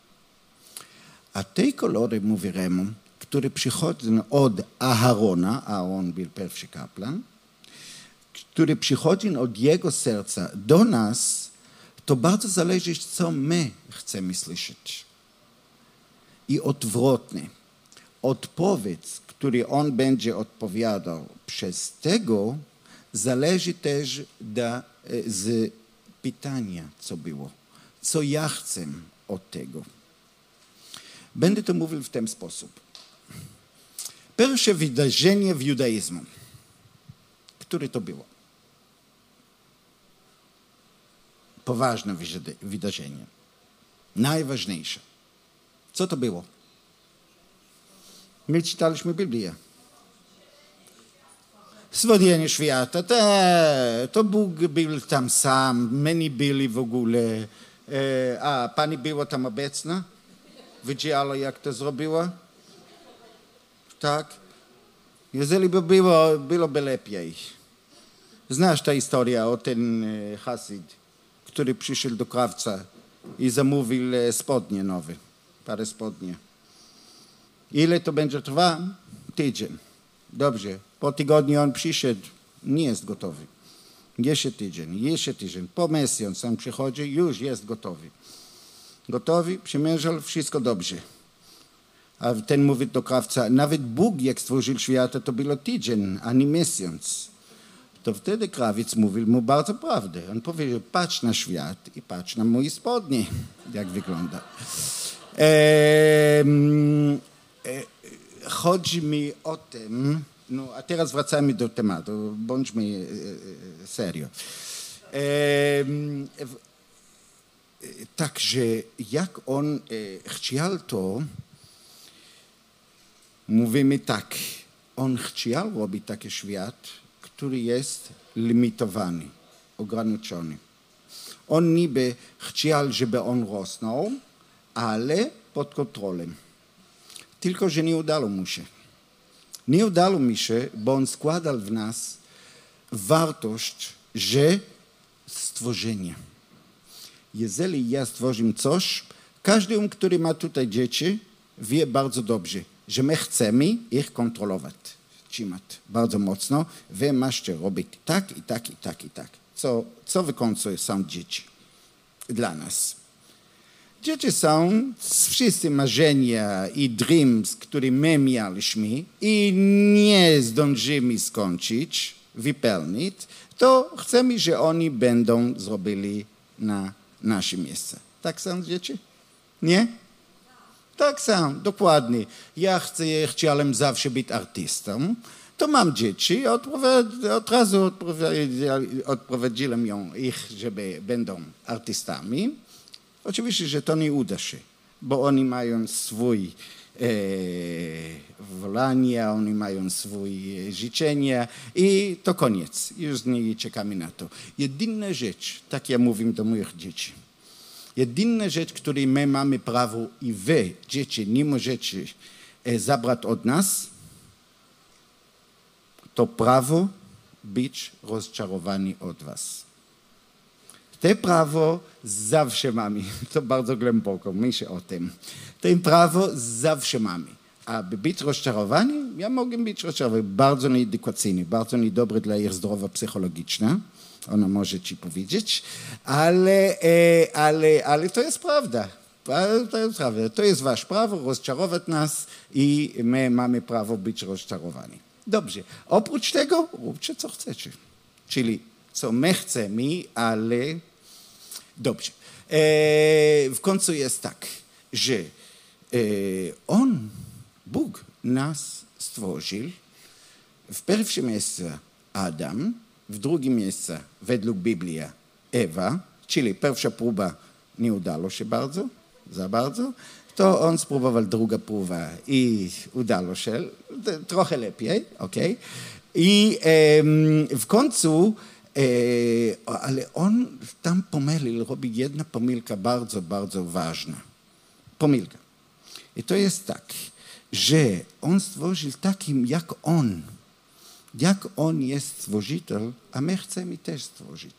A te kolory, mówi Remon, które przychodzą od Aharona, Aaron był pierwszy kapłan, które przychodzą od jego serca do nas, to bardzo zależy, co my chcemy słyszeć. I odwrotnie. Odpowiedź, który on będzie odpowiadał przez tego, zależy też da, z pytania, co było. Co ja chcę od tego. Będę to mówił w ten sposób. Pierwsze wydarzenie w judaizmu. Które to było? Poważne wydarzenie. Najważniejsze. Co to było? My czytaliśmy Biblię. Stworzenie świata. Te, to Bóg był tam sam. My nie byli w ogóle. E, a Pani była tam obecna? Widziała, jak to zrobiła? Tak? Jeżeli by było, byłoby lepiej. Znasz tę historię o ten e, Hasid, który przyszedł do krawca i zamówił e, spodnie nowe. Parę spodnie. Ile to będzie trwa? Tydzień. Dobrze. Po tygodniu on przyszedł. Nie jest gotowy. Jeszcze tydzień, jeszcze tydzień. Po miesiącu on przychodzi, już jest gotowy. Gotowy, przymierzał, wszystko dobrze. A ten mówi do krawca, nawet Bóg jak stworzył świat, to było tydzień, a nie miesiąc. to wtedy krawiec mówił mu bardzo prawdę. On powiedział, patrz na świat i patrz na moje spodnie, jak wygląda. E, e, chodzi mi o tym, no a teraz wracamy do tematu, bądźmy e, serio. E, e, także jak on e, chciał to, mówimy tak, on chciał robić taki świat, który jest limitowany, ograniczony. On niby chciał, żeby on rosnął, ale pod kontrolą. Tylko, że nie udało mu się. Nie udało mi się, bo on składał w nas wartość, że stworzenie. Jeżeli ja stworzę coś, każdy, który ma tutaj dzieci, wie bardzo dobrze, że my chcemy ich kontrolować, trzymać bardzo mocno. Wy macie robić tak i tak i tak i tak. Co, co w końcu są dzieci dla nas? Dzieci są wszyscy marzenia i dreams, które my mieliśmy i nie zdążymy skończyć, wypełnić, to chcemy, że oni będą zrobili na nasze miejsce. Tak są dzieci? Nie? Tak są, dokładnie. Ja chcę, chciałem zawsze być artystą, to mam dzieci, od razu odprowadziłem ją ich, żeby będą artystami. Oczywiście, że to nie uda się, bo oni mają swój e, wolania, oni mają swoje życzenia i to koniec. Już nie czekamy na to. Jedyna rzecz, tak ja mówię do moich dzieci, jedyna rzecz, której my mamy prawo i wy, dzieci, nie możecie e, zabrać od nas, to prawo być rozczarowani od was. To prawo zawsze mamy, to bardzo głęboko, myślę o tym. To prawo zawsze mamy. Aby być rozczarowani, ja mogę być rozczarowany, bardzo nieedukacyjny, bardzo niedobry dla ich zdrowia psychologiczna. Ona może ci powiedzieć, ale, ale, ale to jest prawda. To jest prawda. To jest wasze prawo rozczarować nas i my mamy prawo być rozczarowani. Dobrze. Oprócz tego róbcie co chcecie. Czyli co my chcemy, ale dobrze. E, w końcu jest tak, że e, On, Bóg nas stworzył w pierwszym miejscu Adam, w drugim miejscu według Biblii Ewa, czyli pierwsza próba nie udało się bardzo, za bardzo, to on spróbował druga próba i udało się trochę lepiej, okej. I e, w końcu E, ale on tam pomylił, robi jedna pomyłka bardzo, bardzo ważna. Pomyłka. I to jest tak, że on stworzył takim jak on. Jak on jest stworzyciel, a my chcemy też stworzyć.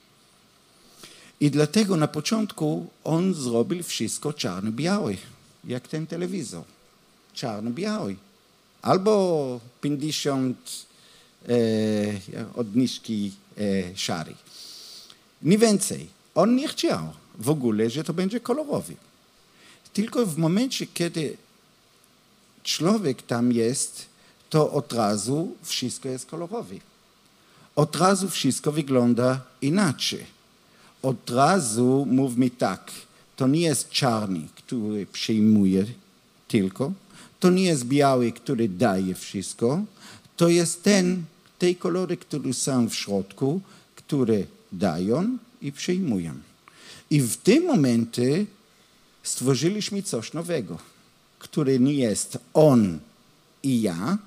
I dlatego na początku on zrobił wszystko czarno-białe, jak ten telewizor. Czarno-biały. Albo pięćdziesiąt e, odniżki e, szary. Nie więcej. On nie chciał w ogóle, że to będzie kolorowy. Tylko w momencie, kiedy człowiek tam jest, to od razu wszystko jest kolorowe. Od razu wszystko wygląda inaczej. Od razu mówmy tak, to nie jest czarny, który przyjmuje tylko, to nie jest biały, który daje wszystko, to jest ten, te kolory, które są w środku, które dają i przyjmują. I w tym momencie stworzyliśmy coś nowego, które nie jest on i ja,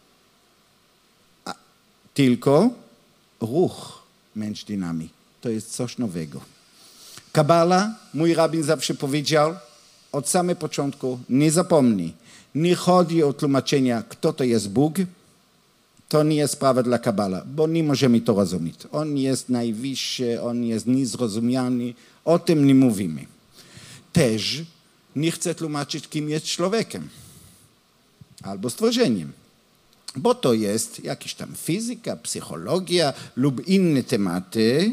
a tylko ruch między nami. To jest coś nowego. Kabala, mój rabin zawsze powiedział, od samego początku nie zapomnij, nie chodzi o tłumaczenia, kto to jest Bóg, to nie jest sprawa dla Kabala, bo nie możemy to rozumieć. On jest najwyższy, on jest niezrozumiany, o tym nie mówimy. Też nie chcę tłumaczyć, kim jest człowiekiem albo stworzeniem, bo to jest jakaś tam fizyka, psychologia lub inne tematy,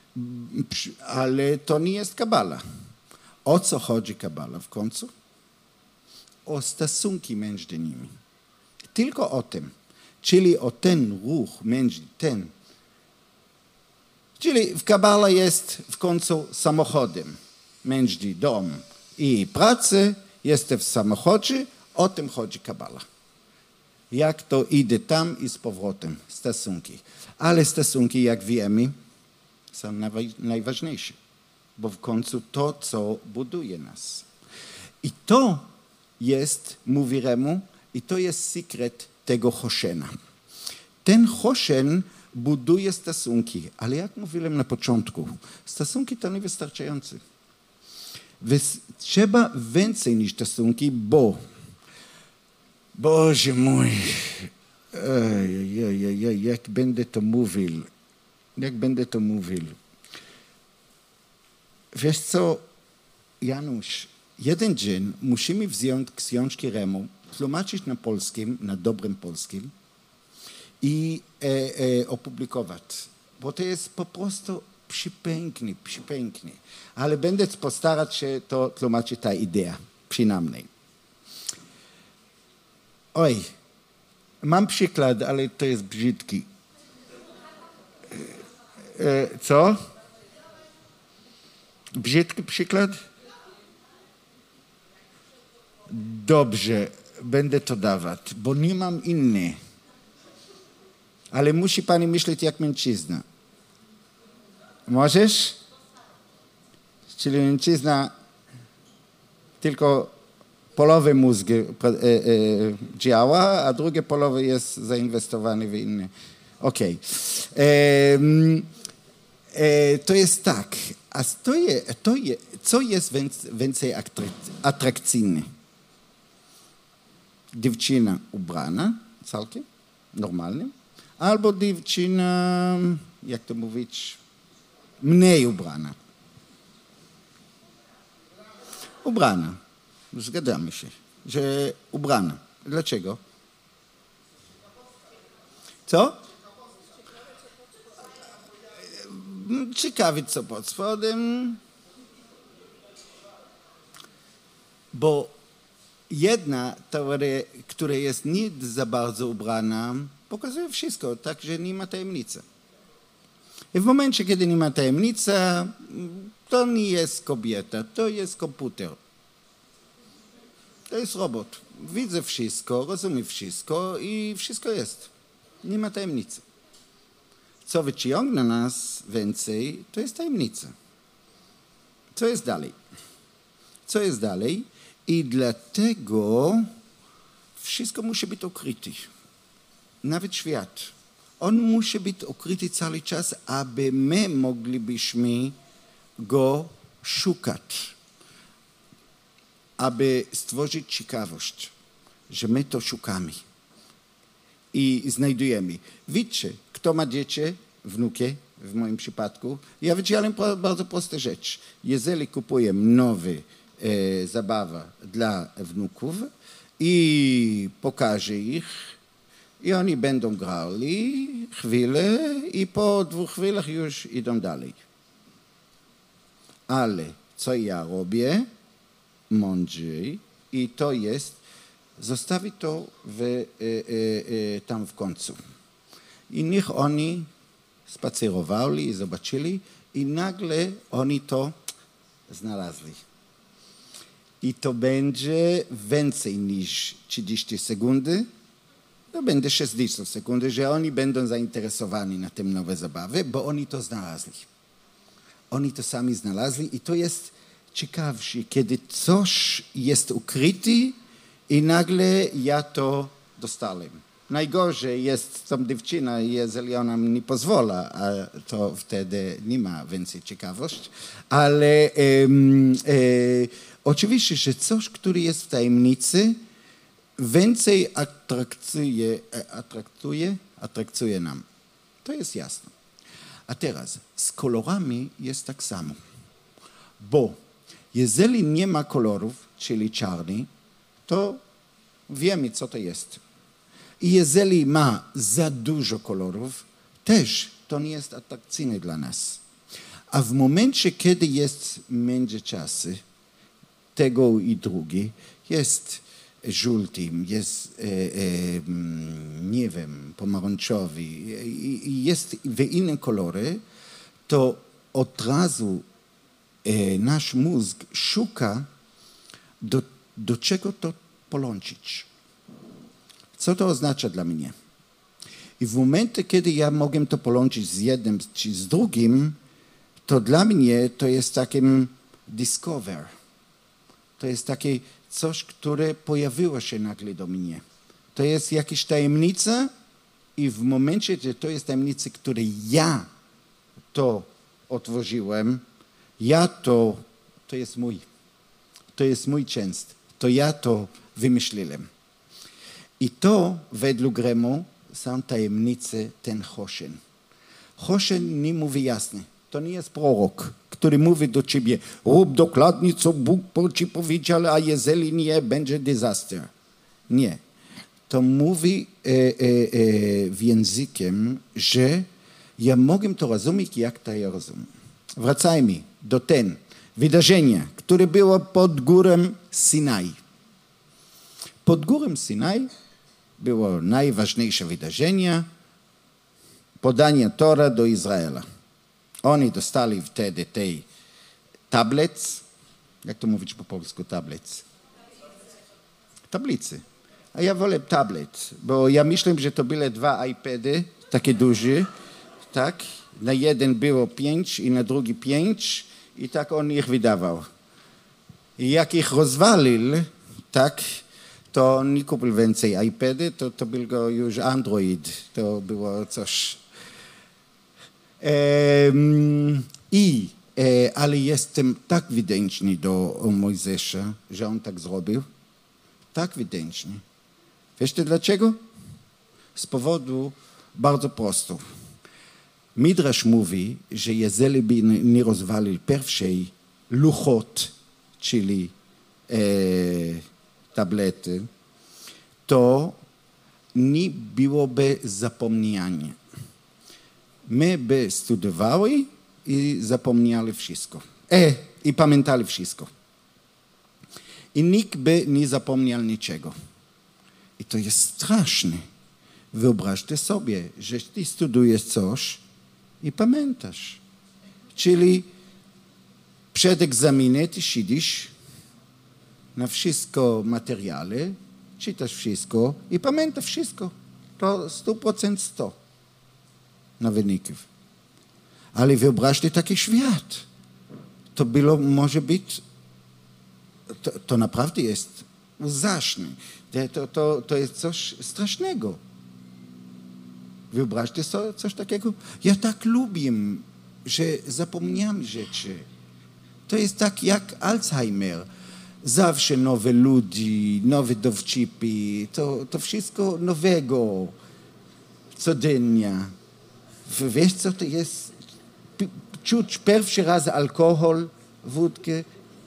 ale to nie jest Kabala. O co chodzi Kabala w końcu? O stosunki między nimi. Tylko o tym. Czyli o ten ruch między ten Czyli w Kabala jest w końcu samochodem. Między dom i pracę jesteś w samochodzie, o tym chodzi Kabala. Jak to idzie tam i z powrotem, stosunki. Ale stosunki, jak wiemy, są najważniejsze, bo w końcu to, co buduje nas. I to jest, mówi Remu, i to jest sekret tego choszena. Ten choszen buduje stosunki, ale jak mówiłem na początku, stosunki to niewystarczające. Trzeba więcej niż stosunki, bo Boże mój, ej, ej, ej, ej, jak będę to mówił, jak będę to mówił. Wiesz co, Janusz, jeden dzień musimy wziąć książki Remu, tłumaczyć na polskim, na dobrym polskim i e, e, opublikować, bo to jest po prostu przepięknie, przepięknie. Ale będę postarać się to tłumaczyć ta idea, przynajmniej. Oj, mam przykład, ale to jest brzydki. E, co? Brzydki przykład? Dobrze, będę to dawać, bo nie mam inny. Ale musi pani myśleć jak mężczyzna. Możesz? Czyli mężczyzna tylko połowę mózgu e, e, działa, a drugie połowy jest zainwestowany w inne. Okej. Okay. E, to jest tak. A to je, to je, co jest więcej atrakcyjne? Dziewczyna ubrana, całkiem normalnie, albo dziewczyna, jak to mówić, mniej ubrana. Ubrana. Zgadzamy się, że ubrana. Dlaczego? Co? Ciekawe, co pod spodem. Bo jedna teoria, która jest nie za bardzo ubrana, pokazuje wszystko, tak, że nie ma tajemnicy. I w momencie, kiedy nie ma tajemnicy, to nie jest kobieta, to jest komputer. To jest robot. Widzę wszystko, rozumiem wszystko i wszystko jest. Nie ma tajemnicy. Co wyciągnie nas więcej, to jest tajemnica. Co jest dalej? Co jest dalej? I dlatego wszystko musi być ukryte. Nawet świat. On musi być ukryty cały czas, aby my moglibyśmy go szukać. Aby stworzyć ciekawość, że my to szukamy i znajdujemy. Wiecie, kto ma dzieci, wnuki, w moim przypadku, ja wyciąłem bardzo prostą rzecz. Jeżeli kupuję nowe e, zabawy dla wnuków i pokażę ich, i oni będą grali chwilę i po dwóch chwilach już idą dalej. Ale co ja robię? Mądrzej i to jest zostawić to w, e, e, tam w końcu. I niech oni spacerowali i zobaczyli i nagle oni to znalazli. I to będzie więcej niż trzydzieści sekund, to będzie sześćdziesiąt sekund, że oni będą zainteresowani na tym nowe zabawy, bo oni to znalazli. Oni to sami znalazli i to jest ciekawsze, kiedy coś jest ukryte i nagle ja to dostałem. Najgorzej jest tą dziewczyna, jeżeli ona mi nie pozwala, a to wtedy nie ma więcej ciekawości. Ale e, e, oczywiście, że coś, które jest w tajemnicy, więcej atrakcuje, atrakcuje, atrakcuje nam. To jest jasne. A teraz z kolorami jest tak samo. Bo jeżeli nie ma kolorów, czyli czarny, to wiemy, co to jest. I jeżeli ma za dużo kolorów, też to nie jest atrakcyjne dla nas. A w momencie, kiedy jest międzyczasy tego i drugi, jest żółty, jest, e, e, nie wiem, pomarańczowy i jest w inne kolory, to od razu e, nasz mózg szuka, do, do czego to połączyć. Co to oznacza dla mnie? I w momencie, kiedy ja mogę to połączyć z jednym czy z drugim, to dla mnie to jest takim discover. To jest takie coś, które pojawiło się nagle do mnie. To jest jakaś tajemnica i w momencie, że to jest tajemnica, której ja to otworzyłem, ja to, to jest mój. To jest mój częst. To ja to wymyśliłem. I to według Gremu są tajemnice ten Choshen. Choshen nie mówi jasne. To nie jest prorok, który mówi do ciebie, rób dokładnie, co Bóg ci powiedział, a jeżeli nie, będzie disaster. Nie. To mówi e, e, e, w językiem, że ja mogę to rozumieć, jak to ja rozumiem. Wracajmy do ten wydarzenia, które było pod górą Synaj. Pod górą Synaj było najważniejsze wydarzenie, podanie Tora do Izraela. Oni dostali wtedy tej tablec, jak to mówić po polsku tablec? Tablicy. A ja wolę tablet, bo ja myślę, że to były dwa iPady, takie duże, tak? Na jeden było pięć i na drugi pięć i tak on ich wydawał. I jak ich rozwalił, tak, to nie kupił więcej iPady, to, to był go już Android, to było coś. Um, I, e, ale jestem tak wdzięczny do Mojżesza, że on tak zrobił. Tak wdzięczny. Wiecie dlaczego? Z powodu bardzo prosto. Midrash mówi, że jeżeli by nie rozwalił pierwszej luchot, czyli e, tablety, to nie byłoby zapomnienia. My by studiowali i zapomniali wszystko. E, i pamiętali wszystko. I nikt by nie zapomniał niczego. I to jest straszne. Wyobraźcie sobie, że ty studujesz coś i pamiętasz. Czyli przed egzaminem ty siedzisz na wszystko materiale, czytasz wszystko i pamiętasz wszystko. To sto procent sto na wyników. Ale wyobraźcie taki świat. To było, może być, to, to naprawdę jest uzaczne. To, to, to jest coś strasznego. Wyobraźcie sobie coś takiego? Ja tak lubię, że zapomniałem rzeczy. To jest tak jak Alzheimer. Zawsze nowe ludzi, nowe dowcipy, to, to wszystko nowego, codziennie. Wiesz co to jest? Czuć pierwszy raz alkohol, wódkę.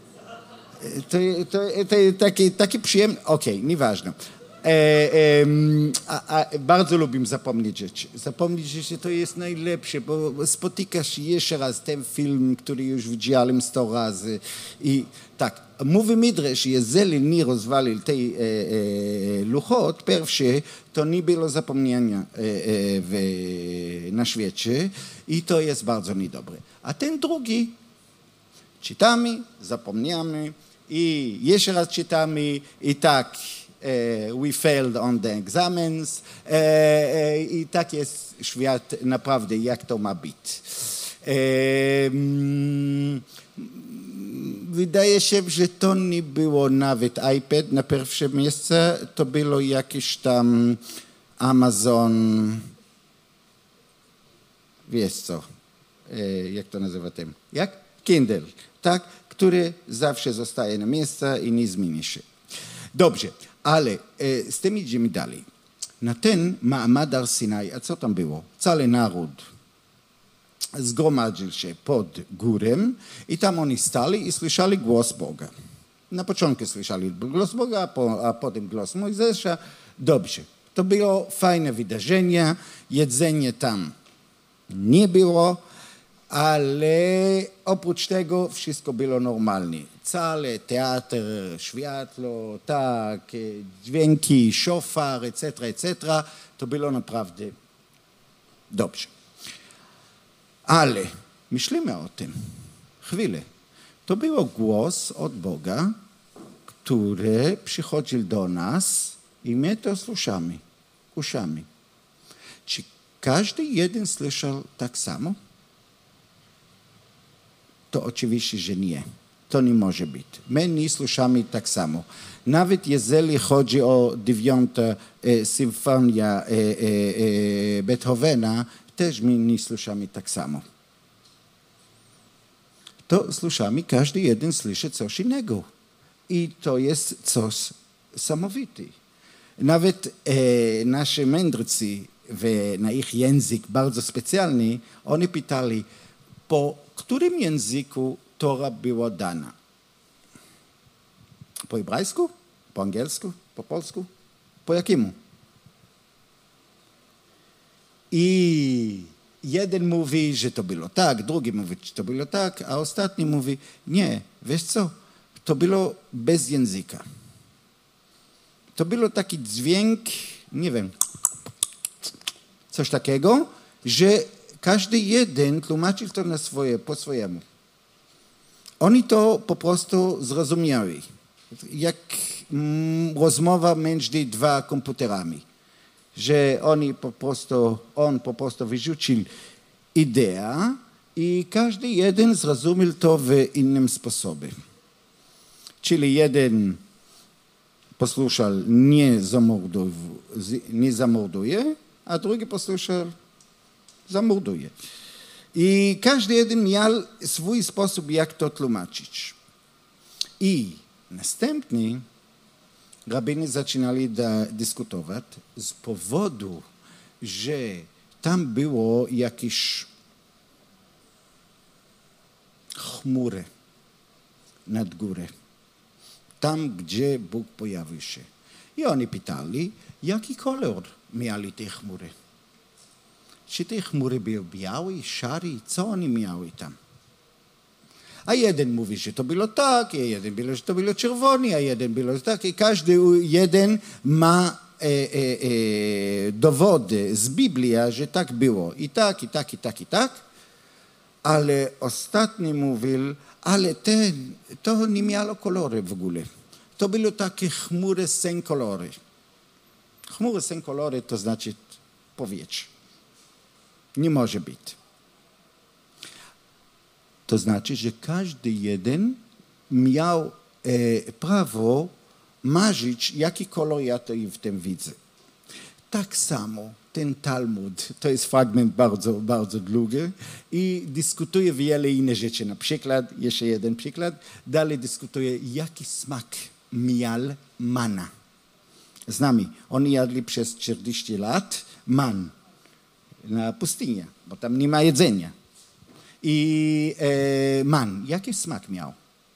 To, to, to taki, taki przyjemny, okej, okay, nieważne. E, e, a, a, bardzo lubię zapomnieć rzeczy. Zapomnieć rzeczy to jest najlepsze, bo spotykasz jeszcze raz ten film, który już widziałem sto razy. I tak, mówi Midrash, jeżeli nie rozwalił tej e, e, luchot pierwsze, to nie było zapomnienia e, e, w, na świecie i to jest bardzo niedobre. A ten drugi, czytamy, zapomniamy i jeszcze raz czytamy i tak uh, we failed on the examens uh, uh, i tak jest świat naprawdę, jak to ma być. Um, wydaje się, że to nie było nawet iPad na pierwsze miejsce, to było jakieś tam Amazon, wiesz co, e, jak to nazywa tym? Jak? Kindle, tak? Który zawsze zostaje na miejscu i nie zmieni się. Dobrze, ale e, z tym idziemy dalej. Na ten Ma'amad Har Sinai, a co tam było? Cały naród zgromadził się pod górę i tam oni stali i słyszeli głos Boga. Na początku słyszeli głos Boga, a, po, a potem głos Mojżesza. Dobrze, to było fajne wydarzenie, jedzenie tam nie było, ale oprócz tego wszystko było normalne. Cały teatr, światło, tak, dźwięki, szofar, et cetera, et cetera. To było naprawdę dobrze. Ale myślimy o tym. Chwilę. To był głos od Boga, który przychodził do nas i my to słyszamy uszami. Czy każdy jeden słyszał tak samo? To oczywiście, że nie. To nie może być. My nie słyszymy tak samo. Nawet jeżeli chodzi o dziewiątą e, symfonię e, e, e, Beethovena, też my nie słyszymy tak samo. To słyszymy, każdy jeden słyszy coś innego. I to jest coś samowite. Nawet e, nasi mędrcy w, na ich język bardzo specjalny, oni pytali, po którym języku Tora była dana? Po hebrajsku? Po angielsku? Po polsku? Po jakiemu? I jeden mówi, że to było tak, drugi mówi, że to było tak, a ostatni mówi, nie, wiesz co, to było bez języka. To było taki dźwięk, nie wiem, coś takiego, że każdy jeden tłumaczył to na swoje, po swojemu. Oni to po prostu zrozumieli. Jak mm, rozmowa między dwa komputerami. Że oni po prostu, on po prostu wyrzucił ideę i każdy jeden zrozumiał to w innym sposobie. Czyli jeden posłuchał nie zamorduje, nie zamorduje, a drugi posłuchał zamorduje. I każdy jeden miał swój sposób, jak to tłumaczyć. I następnie rabiny zaczynali da, dyskutować z powodu, że tam było jakieś chmury nad górę. Tam, gdzie Bóg pojawił się. I oni pytali, jaki kolor miały te chmury. Czy te chmury były białe, szare, co oni miały tam? A jeden mówi, że to było tak, a jeden mówi, że to było czerwone, a jeden było tak. I każdy jeden ma e, e, e, dowody z Biblii, że tak było. I tak, i tak, i tak, i tak. Ale ostatni mówił, ale ten, to nie miało kolory w ogóle. To było takie chmury sem kolory. Chmury sem kolory to znaczy powietrze. Nie może być. To znaczy, że każdy jeden miał e, prawo marzyć, jaki kolor ja to w tym widzę. Tak samo ten Talmud, to jest fragment bardzo, bardzo długi i dyskutuje wiele innych rzeczy. Na przykład, jeszcze jeden przykład, dalej dyskutuje, jaki smak miał mana. Z nami, oni jadli przez czterdzieści lat man na pustyni, bo tam nie ma jedzenia. I e, man, jaki smak miał?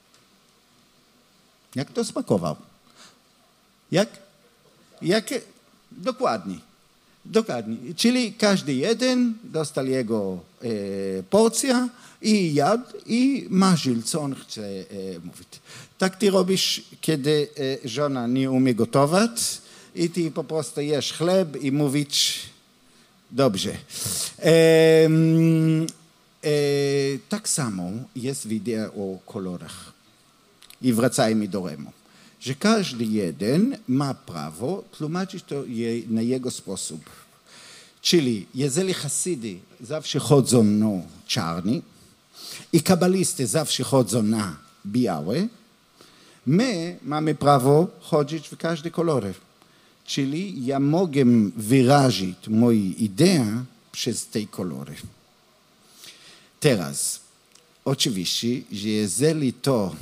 Jak to smakował? Jak? Jak? Dokładnie. Dokładnie. Czyli każdy jeden dostał jego e, porcję i jadł i marzył, co on chce e, mówić. Tak ty robisz, kiedy e, żona nie umie gotować i ty po prostu jesz chleb i mówisz dobrze. E, e, tak samo jest w idei o kolorach. I wracajmy do Remu. Że każdy jeden ma prawo tłumaczyć to je, na jego sposób. Czyli jeżeli Hasydy zawsze chodzą na czarny i kabalisty zawsze chodzą na białe, my mamy prawo chodzić w każde kolory. Czyli ja mogę wyrazić moje idee przez te kolory. Teraz, oczywiście, że jeżeli to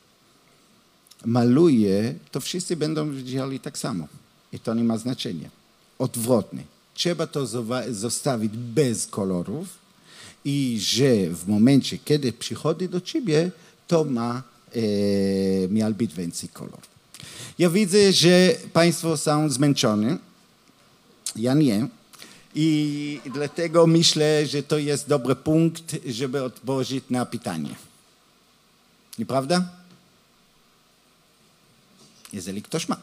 maluje, to wszyscy będą widzieli tak samo. I to nie ma znaczenia. Odwrotnie. Trzeba to zostawić bez kolorów i że w momencie, kiedy przychodzi do ciebie, to ma e, miał być więcej kolorów. Ja widzę, że państwo są zmęczeni. Ja nie. I dlatego myślę, że to jest dobry punkt, żeby odpowiedzieć na pytanie. Nieprawda? Jeżeli ktoś ma.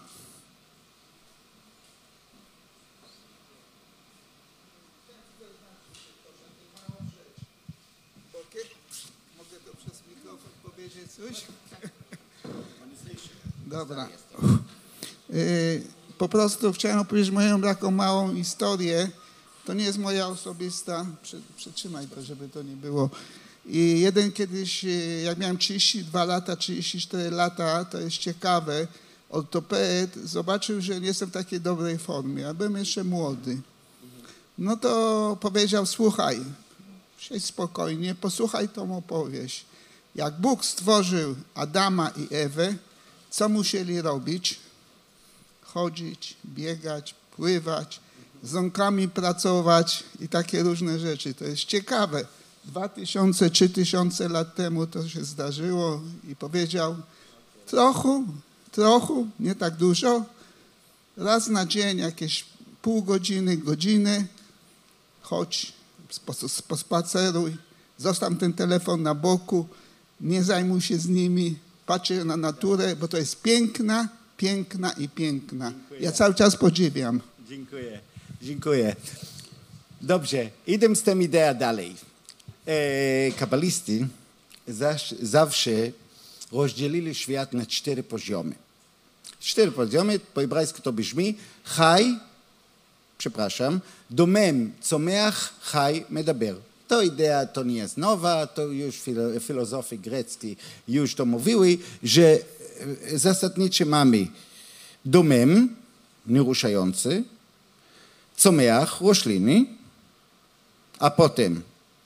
Będzie coś? Dobra. Po prostu chciałem opowiedzieć moją taką małą historię. To nie jest moja osobista. Przytrzymaj to, żeby to nie było. I jeden kiedyś, jak miałem trzydzieści dwa lata, trzydzieści cztery lata, to jest ciekawe, ortoped zobaczył, że nie jestem w takiej dobrej formie, a byłem jeszcze młody. No to powiedział, słuchaj, siedź spokojnie, posłuchaj tą opowieść. Jak Bóg stworzył Adama i Ewę, co musieli robić? Chodzić, biegać, pływać, z rąkami pracować i takie różne rzeczy. To jest ciekawe. Dwa tysiące, trzy tysiące lat temu to się zdarzyło i powiedział, trochę, trochę, nie tak dużo, raz na dzień jakieś pół godziny, godziny, chodź, pospaceruj, zostaw ten telefon na boku, nie zajmuj się z nimi, patrz na naturę, bo to jest piękna, piękna i piękna. Dziękuję. Ja cały czas podziwiam. Dziękuję, dziękuję. Dobrze, idę z tą ideą dalej. E, kabaliści zaś, zawsze rozdzielili świat na cztery poziomy. Cztery poziomy, po hebrajsku to brzmi חי, przepraszam, דומם, צומח, חי, מדבר. To idea to nie jest nowa, to już filozofy greccy już to mówili, że zasadniczo mamy domem, nieruszający, comeach, rośliny, a potem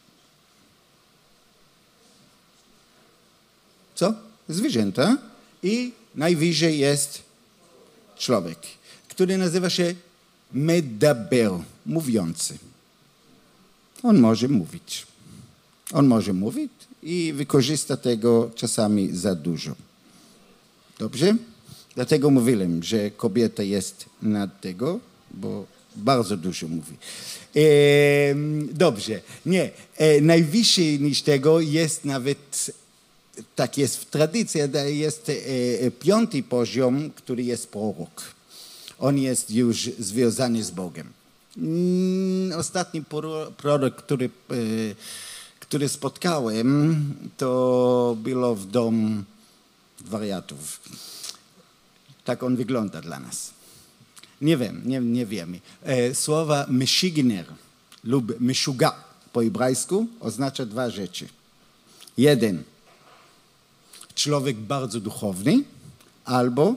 co? Zwierzęta i najwyżej jest człowiek, który nazywa się medaber, mówiący. On może mówić. On może mówić i wykorzysta tego czasami za dużo. Dobrze? Dlatego mówiłem, że kobieta jest nad tego, bo bardzo dużo mówi. E, dobrze. Nie. E, najwyższy niż tego jest nawet, tak jest w tradycji, jest e, piąty poziom, który jest prorok. On jest już związany z Bogiem. Ostatni prorok, który, który spotkałem, to było w domu wariatów. Tak on wygląda dla nas. Nie wiem, nie, nie wiemy. Słowa meshigner lub meshuga po hebrajsku oznacza dwa rzeczy. Jeden, człowiek bardzo duchowny, albo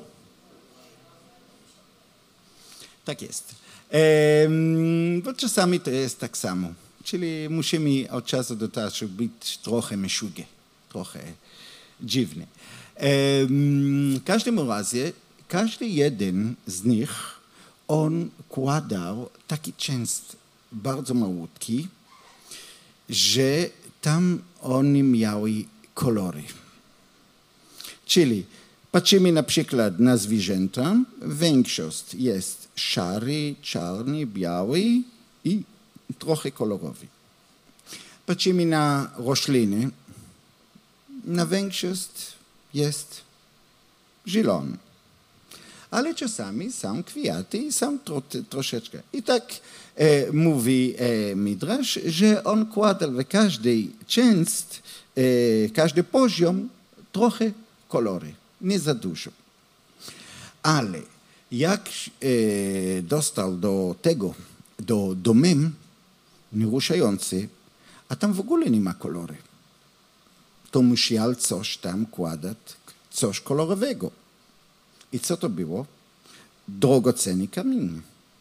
tak jest. Ehm, bo czasami to jest tak samo. Czyli musimy od czasu do czasu być trochę meshuge, trochę dziwny. Ehm, w każdym razie, każdy jeden z nich, on kładał taki częst bardzo malutki, że tam oni miały kolory. Czyli patrzymy na przykład na zwierzęta, większość jest szary, czarny, biały i trochę kolorowy. Patrzymy na rośliny, na większość jest zielony. Ale czasami są kwiaty i są tro, troszeczkę. I tak e, mówi e, Midrash, że on kładł w każdej część, e, każdy poziom trochę kolory. Nie za dużo. Ale jak e, dostał do tego, do domem nieruszający, a tam w ogóle nie ma kolory, to musiał coś tam kładać, coś kolorowego. I co to było? Drogocenny kamień.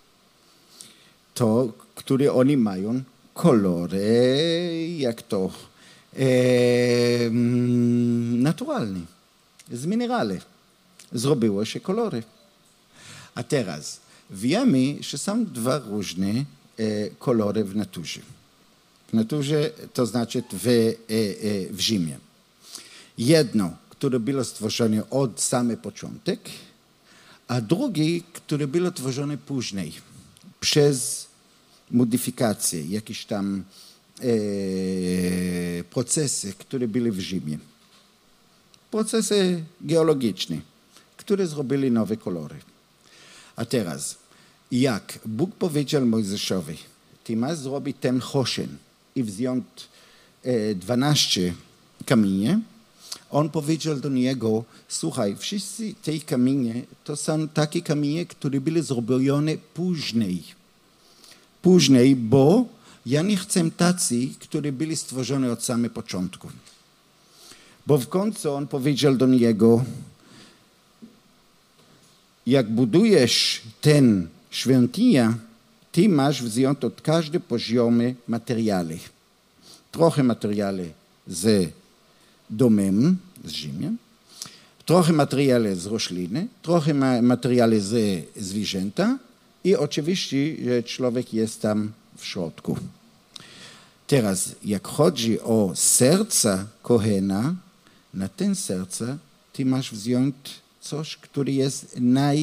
To, które oni mają kolory, jak to, e, naturalne. Z minerale. Zrobiło się kolory. A teraz wiemy, że są dwa różne e, kolory w naturze. W naturze, to znaczy w, e, e, w zimie. Jedno, które było stworzone od samego początek, a drugie, które było tworzone później przez modyfikacje, jakieś tam e, procesy, które były w zimie. Procesy geologiczne, które zrobili nowe kolory. A teraz, jak Bóg powiedział Mojżeszowi, ty masz zrobić ten choszen i wziąć e, dwanaście kamienie, On powiedział do niego, słuchaj, wszyscy te kamienie to są takie kamienie, które były zrobione później. Później, bo ja nie chcę tacy, które byli stworzone od samego początku. Bo w końcu on powiedział do niego, jak budujesz ten świątynię, ty masz wziąć od każdej poziomy materiały. Trochę materiały z domem, z ziemią, trochę materiały z rośliny, trochę materiały z zwierzęta i oczywiście, że człowiek jest tam w środku. Teraz, jak chodzi o serce Kohena, na ten serce ty masz wziąć coś, które jest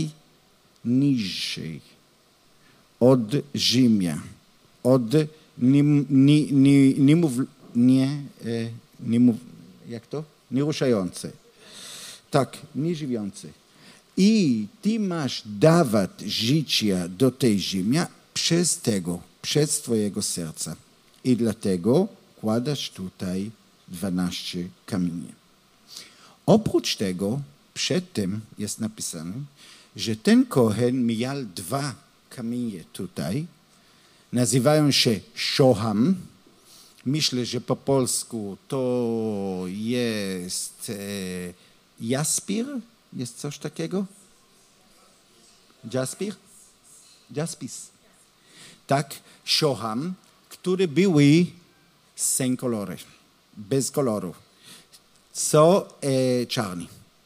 najniższy od ziemia, od nim, ni, ni, nimów, nie, nimów, jak to? Nieruszające. Tak, nieżywiące. I ty masz dawać życie do tej ziemi przez tego, przez twojego serca. I dlatego kładasz tutaj dwanaście kamieni. Oprócz tego, przedtem jest napisane, że ten Kohen miał dwa kamienie tutaj, nazywają się Shoham. Myślę, że po polsku to jest e, jaspir, jest coś takiego? Jaspir? Jaspis. Tak, Shoham, które były sem kolory, bez koloru, co e, czarni.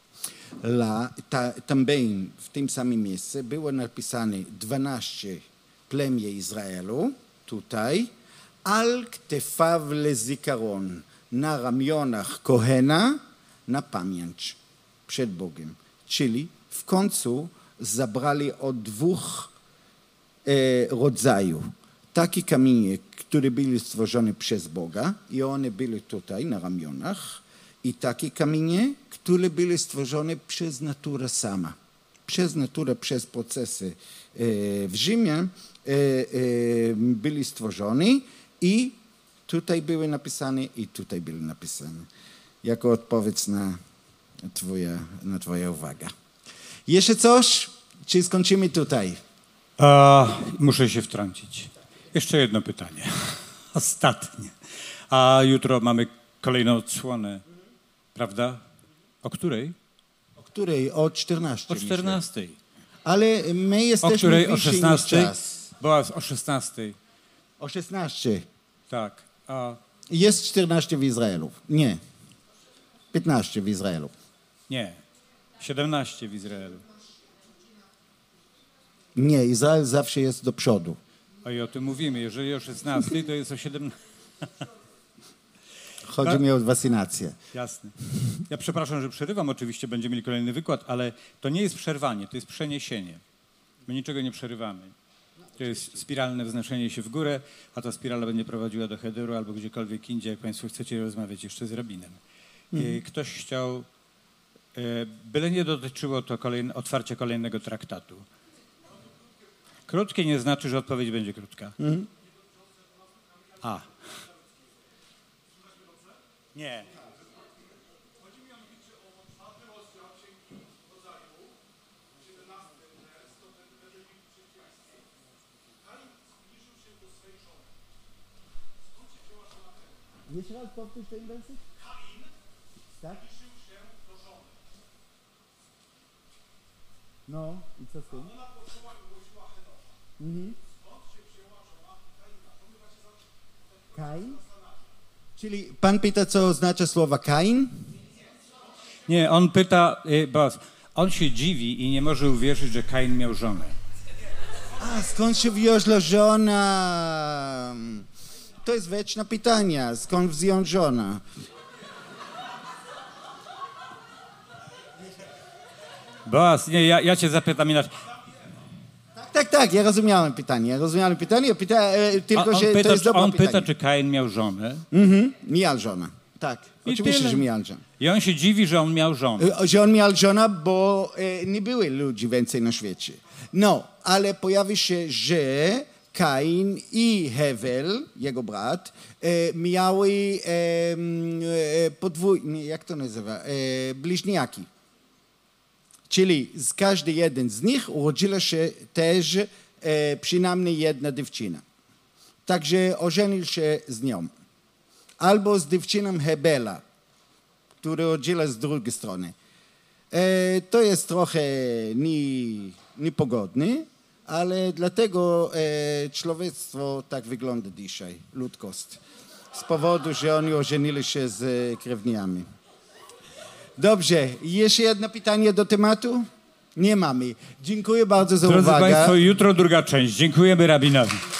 La, ta, também w tym samym miejscu było napisane dwanaście plemię Izraelu, tutaj, al ktefav lezikaron, na ramionach Kohena, na pamięć przed Bogiem. Czyli w końcu zabrali od dwóch e, rodzajów. Takie kamienie, które były stworzone przez Boga i one były tutaj na ramionach, i takie kamienie, które były stworzone przez naturę sama. Przez naturę, przez procesy e, w Rzymie e, e, byli stworzone i tutaj były napisane i tutaj były napisane. Jako odpowiedź na twoja, na twoja uwaga. Jeszcze coś? Czy skończymy tutaj? A, muszę się wtrącić. Jeszcze jedno pytanie. Ostatnie. A jutro mamy kolejną odsłonę, prawda? O której? O której? O czternastej. O czternastej. Ale my jesteśmy o której? O wyżsi niż szesnastej? czas. Była o szesnastej. O szesnastej. Tak. A... Jest czternaście w Izraelu. Nie. piętnaście w Izraelu. Nie. siedemnaście w Izraelu. Nie, Izrael zawsze jest do przodu. O i o tym mówimy. Jeżeli o szesnastej, to jest o siedemnastej. Chodzi No. mi o fascynację. Jasne. Ja przepraszam, że przerywam. Oczywiście będziemy mieli kolejny wykład, ale to nie jest przerwanie, to jest przeniesienie. My niczego nie przerywamy. To jest spiralne wznoszenie się w górę, a ta spirala będzie prowadziła do Hederu albo gdziekolwiek indziej, jak państwo chcecie rozmawiać jeszcze z rabinem. Mhm. Ktoś chciał, byle nie dotyczyło to kolejne, otwarcia kolejnego traktatu. Krótkie nie znaczy, że odpowiedź będzie krótka. Mhm. A. Nie. Jeszcze raz powtórz ten werset? Kain Tak? zbliżył się do żony. No, i co z tym? Ona poszła i urodziła Henosza. Mhm. Skąd się wzięła żona Kaina? To my właśnie za- Kain? Czyli pan pyta, co oznacza słowa Kain? Nie, on pyta, bo on się dziwi i nie może uwierzyć, że Kain miał żonę. A, skąd się wzięła żona? To jest wieczne pytanie. Skąd wziął żona? Boaz, nie, ja, ja cię zapytam inaczej. Tak, tak, tak, ja rozumiałem pytanie. Ja rozumiałem pytanie, pyta, e, tylko, On, on że pyta, to jest czy, dobre on pytanie. pyta, czy Kain miał żonę. Mhm, miał żona. Tak, I oczywiście, tyle. że miał żonę. I on się dziwi, że on miał żonę. E, Że on miał żonę, bo e, nie były ludzi więcej na świecie. No, ale pojawi się, że Kain i Hewel, jego brat, e, miały e, e, podwójnie, jak to nazywa, e, bliźniaki. Czyli z każdy jeden z nich urodziła się też e, przynajmniej jedna dziewczyna. Także ożenił się z nią. Albo z dziewczyną Hebela, która urodziła z drugiej strony. E, to jest trochę nie, niepogodne, ale dlatego e, człowiectwo tak wygląda dzisiaj, ludzkość. Z powodu, że oni ożenili się z krewniami. Dobrze, jeszcze jedno pytanie do tematu? Nie mamy. Dziękuję bardzo za Drodzy uwagę. Państwo, jutro druga część. Dziękujemy rabinowi.